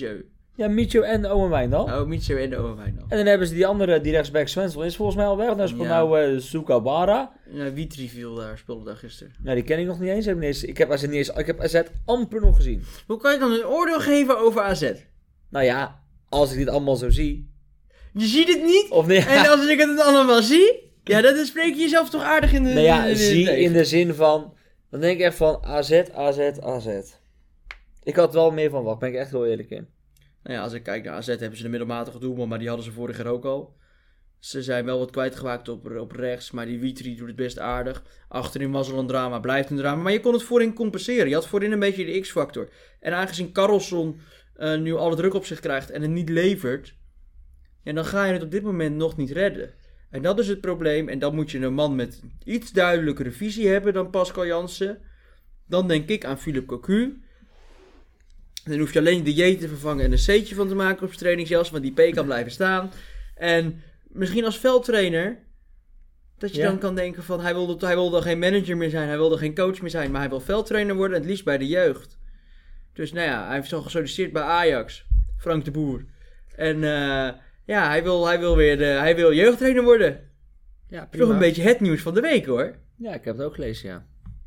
Ja, Micho en Owen Wijndal. Oh, Micho en Owen Wijndal. En dan hebben ze die andere, die rechtsback Svensson, is volgens mij al weg. Dan speelt nou Sukawara. Ja, Witry speelde daar gisteren. Nou, die ken ik nog niet eens. Ik heb AZ amper nog gezien. Hoe kan je dan een oordeel geven over AZ? Nou ja, als ik dit allemaal zo zie. Je ziet het niet? Of nee, En als ik het allemaal zie? Ja, dan spreek je jezelf toch aardig in de... Nou ja, zie in de zin van... Dan denk ik echt van AZ. Ik had wel meer van wat, ben ik echt wel eerlijk in. Nou ja, als ik kijk naar AZ hebben ze de middelmatige doelman, maar die hadden ze vorig jaar ook al. Ze zijn wel wat kwijtgeraakt op rechts, maar die Witry doet het best aardig. Achterin was al een drama, blijft een drama. Maar je kon het voorin compenseren. Je had voorin een beetje de X-factor. En aangezien Karlsson nu alle druk op zich krijgt en het niet levert... Ja, dan ga je het op dit moment nog niet redden. En dat is het probleem. En dan moet je een man met iets duidelijkere visie hebben dan Pascal Jansen. Dan denk ik aan Philippe Cocu. Dan hoef je alleen de J te vervangen en een C'tje van te maken op zijn trainingsjas. Want die P kan blijven staan. En misschien als veldtrainer... Dat je dan kan denken van... Hij wilde geen manager meer zijn. Hij wilde geen coach meer zijn. Maar hij wil veldtrainer worden. En het liefst bij de jeugd. Dus nou ja, hij heeft zo gesolliciteerd bij Ajax. Frank de Boer. En... ja, hij wil jeugdtrainer worden. Ja, Toch een beetje het nieuws van de week, hoor. Ja, ik heb het ook gelezen, ja.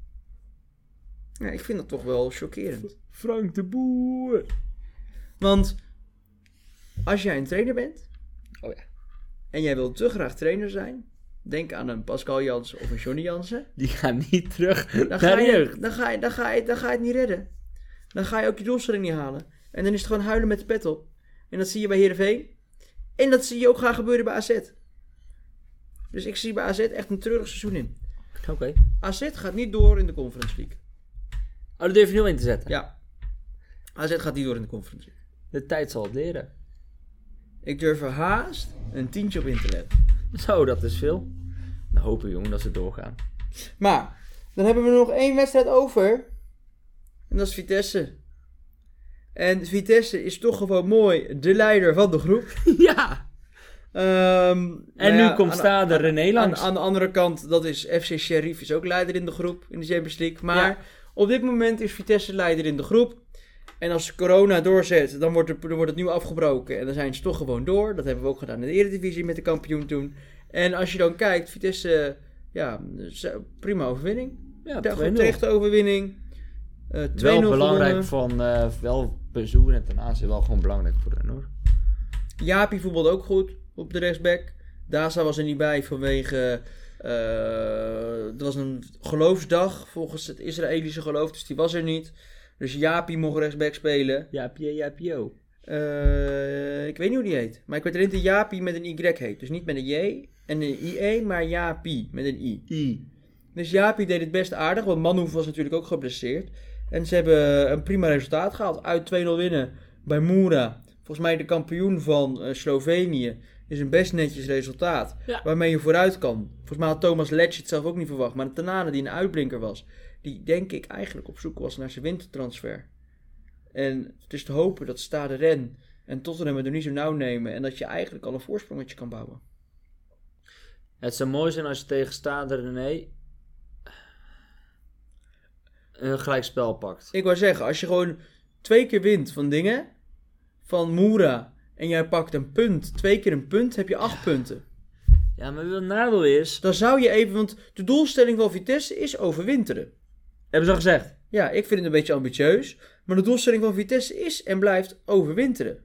Ja, ik vind dat toch wel chockerend. Frank de Boer. Want als jij een trainer bent... Oh ja. En jij wilt te graag trainer zijn... Denk aan een Pascal Jansen of een Johnny Jansen. Die gaan niet terug Dan naar ga de jeugd. je het niet redden. Dan ga je ook je doelstelling niet halen. En dan is het gewoon huilen met de pet op. En dat zie je bij Heerenveen. En dat zie je ook gaan gebeuren bij AZ. Dus ik zie bij AZ echt een treurig seizoen in. Oké. AZ gaat niet door in de Conference League. Oh, dat durf je nu in te zetten? Ja. AZ gaat niet door in de Conference League. De tijd zal het leren. Ik durf er haast een 10 op in te letten. Zo, dat is veel. Dan hopen we, jongen, dat ze doorgaan. Maar, dan hebben we nog 1 wedstrijd over. En dat is Vitesse. En Vitesse is toch gewoon mooi de leider van de groep. Ja! En nu komt Stade René langs. Aan de andere kant, dat is FC Sheriff is ook leider in de groep in de Champions League. Maar op dit moment is Vitesse leider in de groep. En als corona doorzet, dan wordt het nu afgebroken. En dan zijn ze toch gewoon door. Dat hebben we ook gedaan in de Eredivisie met de kampioen toen. En als je dan kijkt, Vitesse, ja, prima overwinning. Ja, terechte overwinning. 2-0 wel belangrijk gewonnen. van wel Bezoen en ten aanzien wel gewoon belangrijk voor hen, hoor. Jaapie voetbalde ook goed op de rechtsback. Daza was er niet bij vanwege... het was een geloofsdag volgens het Israëlische geloof, dus die was er niet. Dus Jaapie mocht rechtsback spelen. Jaapio. Ik weet niet hoe die heet. Maar ik weet alleen dat Jaapie met een Y heet. Dus niet met een J en een IE, maar Jaapie met een I. Dus Jaapie deed het best aardig, want Manhoef was natuurlijk ook geblesseerd. En ze hebben een prima resultaat gehaald. Uit 2-0 winnen bij Mura. Volgens mij de kampioen van Slovenië. Is een best netjes resultaat. Ja. Waarmee je vooruit kan. Volgens mij had Thomas Letch het zelf ook niet verwacht. Maar Tanane die een uitblinker was. Die denk ik eigenlijk op zoek was naar zijn wintertransfer. En het is te hopen dat Stade Rennes en Tottenham het er niet zo nauw nemen. En dat je eigenlijk al een voorsprongetje kan bouwen. Het zou mooi zijn als je tegen Stade René een gelijkspel pakt. Ik wou zeggen, als je gewoon 2 keer wint van dingen. Van Mura. En jij pakt een punt. 2 keer een punt. Heb je 8 punten. Ja, maar wat het nadeel is... Dan zou je even... Want de doelstelling van Vitesse is overwinteren. Hebben ze al gezegd? Ja, ik vind het een beetje ambitieus. Maar de doelstelling van Vitesse is en blijft overwinteren.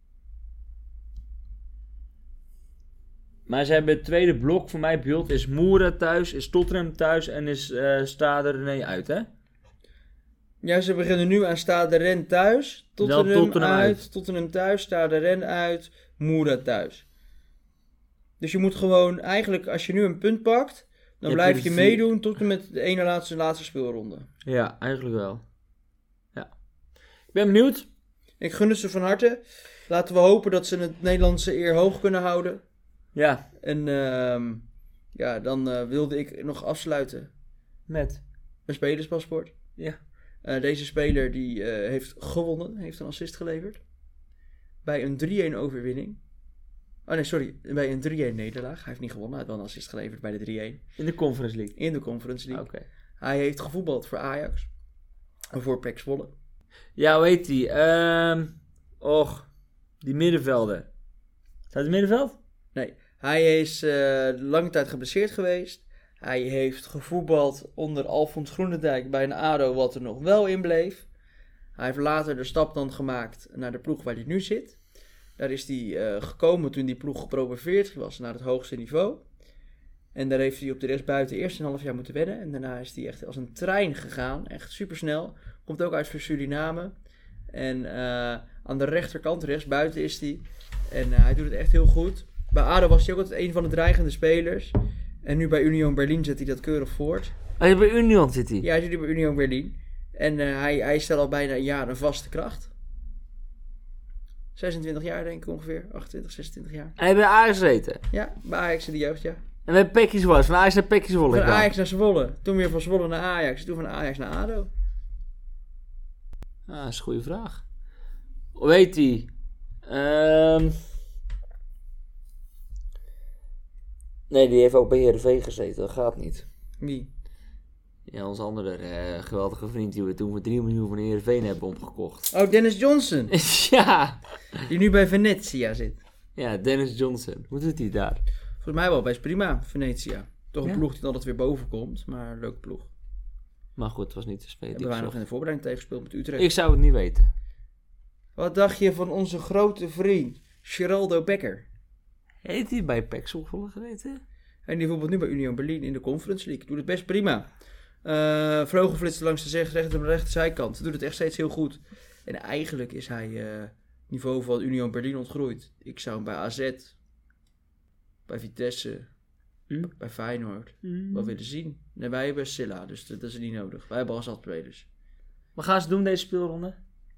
Maar ze hebben het tweede blok voor mij beeld. Is Mura thuis, is Tottenham thuis en is Stade René uit, hè? Ja, ze beginnen nu aan Stade Rennes thuis. Tottenham uit. Tottenham thuis, Stade Rennes uit, Mura thuis. Dus je moet gewoon eigenlijk, als je nu een punt pakt, dan blijf je meedoen tot en met de ene laatste speelronde. Ja, eigenlijk wel. Ja. Ik ben benieuwd. Ik gun het ze van harte. Laten we hopen dat ze het Nederlandse eer hoog kunnen houden. Ja. En dan wilde ik nog afsluiten. Met? Een spelerspaspoort. Ja. Deze speler die heeft gewonnen, heeft een assist geleverd. Bij een 3-1 overwinning. Oh nee, sorry. Bij een 3-1 nederlaag. Hij heeft niet gewonnen, hij heeft wel een assist geleverd bij de 3-1. In de Conference League? In de Conference League. Oké. Hij heeft gevoetbald voor Ajax. Voor PEC Zwolle. Ja, hoe heet die? Die middenvelder. Staat hij middenveld? Nee, hij is lange tijd geblesseerd geweest. Hij heeft gevoetbald onder Alfons Groenendijk bij een ADO wat er nog wel in bleef. Hij heeft later de stap dan gemaakt naar de ploeg waar hij nu zit. Daar is hij gekomen toen die ploeg gepromoveerd was naar het hoogste niveau. En daar heeft hij op de rechtsbuiten eerst een half jaar moeten wennen. En daarna is hij echt als een trein gegaan. Echt supersnel. Komt ook uit Suriname. En aan de rechterkant, rechtsbuiten is hij. En hij doet het echt heel goed. Bij ADO was hij ook altijd een van de dreigende spelers. En nu bij Union Berlin zet hij dat keurig voort. Bij Union zit hij? Ja, hij zit nu bij Union Berlin. En hij stelt al bijna een jaar een vaste kracht. 26 jaar denk ik ongeveer. 28, 26 jaar. En hij heeft bij Ajax gezeten? Ja, bij Ajax in de jeugd, ja. En bij Pekkie Zwolle? Van Ajax naar Pekkie Zwolle? Van Ajax naar Zwolle. Toen weer van Zwolle naar Ajax. Toen van Ajax naar ADO. Ah, dat is een goede vraag. Hoe heet hij? Nee, die heeft ook bij Heerenveen gezeten. Dat gaat niet. Wie? Ja, onze andere geweldige vriend die we toen voor 3 miljoen van Heerenveen hebben opgekocht. Oh, Dennis Johnson. Ja. Die nu bij Venezia zit. Ja, Dennis Johnson. Hoe doet hij daar? Volgens mij wel best prima, Venezia. Toch een Ja? ploeg die altijd weer boven komt. Maar een leuke ploeg. Maar goed, het was niet te spelen. Hebben wij nog in de voorbereiding tegengespeeld met Utrecht. Ik zou het niet weten. Wat dacht je van onze grote vriend, Geraldo Becker? Heet hij bij PEC Zwolle gezeten? En die voetbalt nu bij Union Berlin in de Conference League. Doet het best prima. Vleugel langs de rechterzijkant. Doet het echt steeds heel goed. En eigenlijk is hij niveau van Union Berlin ontgroeid. Ik zou hem bij AZ, bij Vitesse, bij Feyenoord wel willen zien. En wij hebben Silla, dus dat is niet nodig. Wij hebben al zat spelers. Wat gaan ze doen deze speelronde?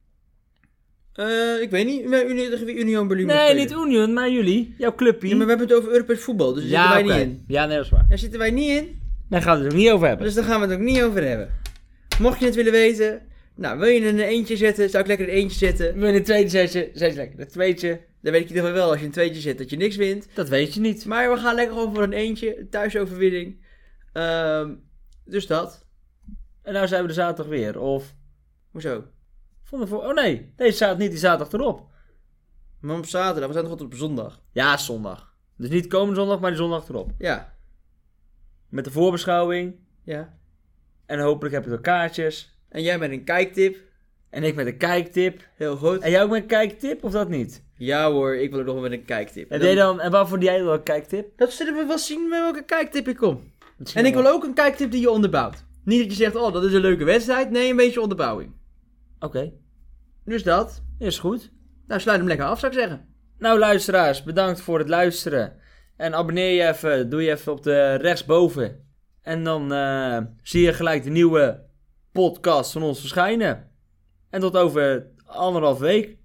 Ik weet niet. Tegen wie Union Berlin moet Nee, spelen. niet Union, maar jullie. Jouw clubje. Ja, maar we hebben het over Europees voetbal, dus daar zitten wij niet in. Ja, nee, dat is waar. Daar zitten wij niet in, Daar gaan we het ook niet over hebben. dus daar gaan we het ook niet over hebben. Mocht je het willen weten, nou, wil je een eentje zetten, zou ik lekker een eentje zetten. Wil je een tweetje zetten? Zet je lekker een tweetje. Dan weet ik in ieder geval wel, als je een tweetje zet, dat je niks wint. Dat weet je niet. Maar we gaan lekker gewoon voor een eentje, een thuisoverwinning. Dus dat. En nou zijn we de zaterdag weer. Of Hoezo? oh nee, deze zaterdag niet, die zaterdag erop. Maar op zaterdag, we zijn toch altijd op zondag? Ja, zondag. Dus niet komende zondag, maar die zondag erop. Ja. Met de voorbeschouwing. Ja. En hopelijk heb je er kaartjes. En jij met een kijktip. En ik met een kijktip. Heel goed. En jij ook met een kijktip, of dat niet? Ja hoor, ik wil ook nog wel met een kijktip. En waarvoor jij dan een kijktip? Dat zullen we wel zien met welke kijktip ik kom. Misschien En ik wel. wil ook een kijktip die je onderbouwt. Niet dat je zegt, oh dat is een leuke wedstrijd. Nee, een beetje onderbouwing. Oké, Dus dat. is goed. Nou, sluit hem lekker af, zou ik zeggen. Nou luisteraars, bedankt voor het luisteren. En abonneer je even, doe je even op de rechtsboven. En dan zie je gelijk de nieuwe podcast van ons verschijnen. En tot over 1,5 week.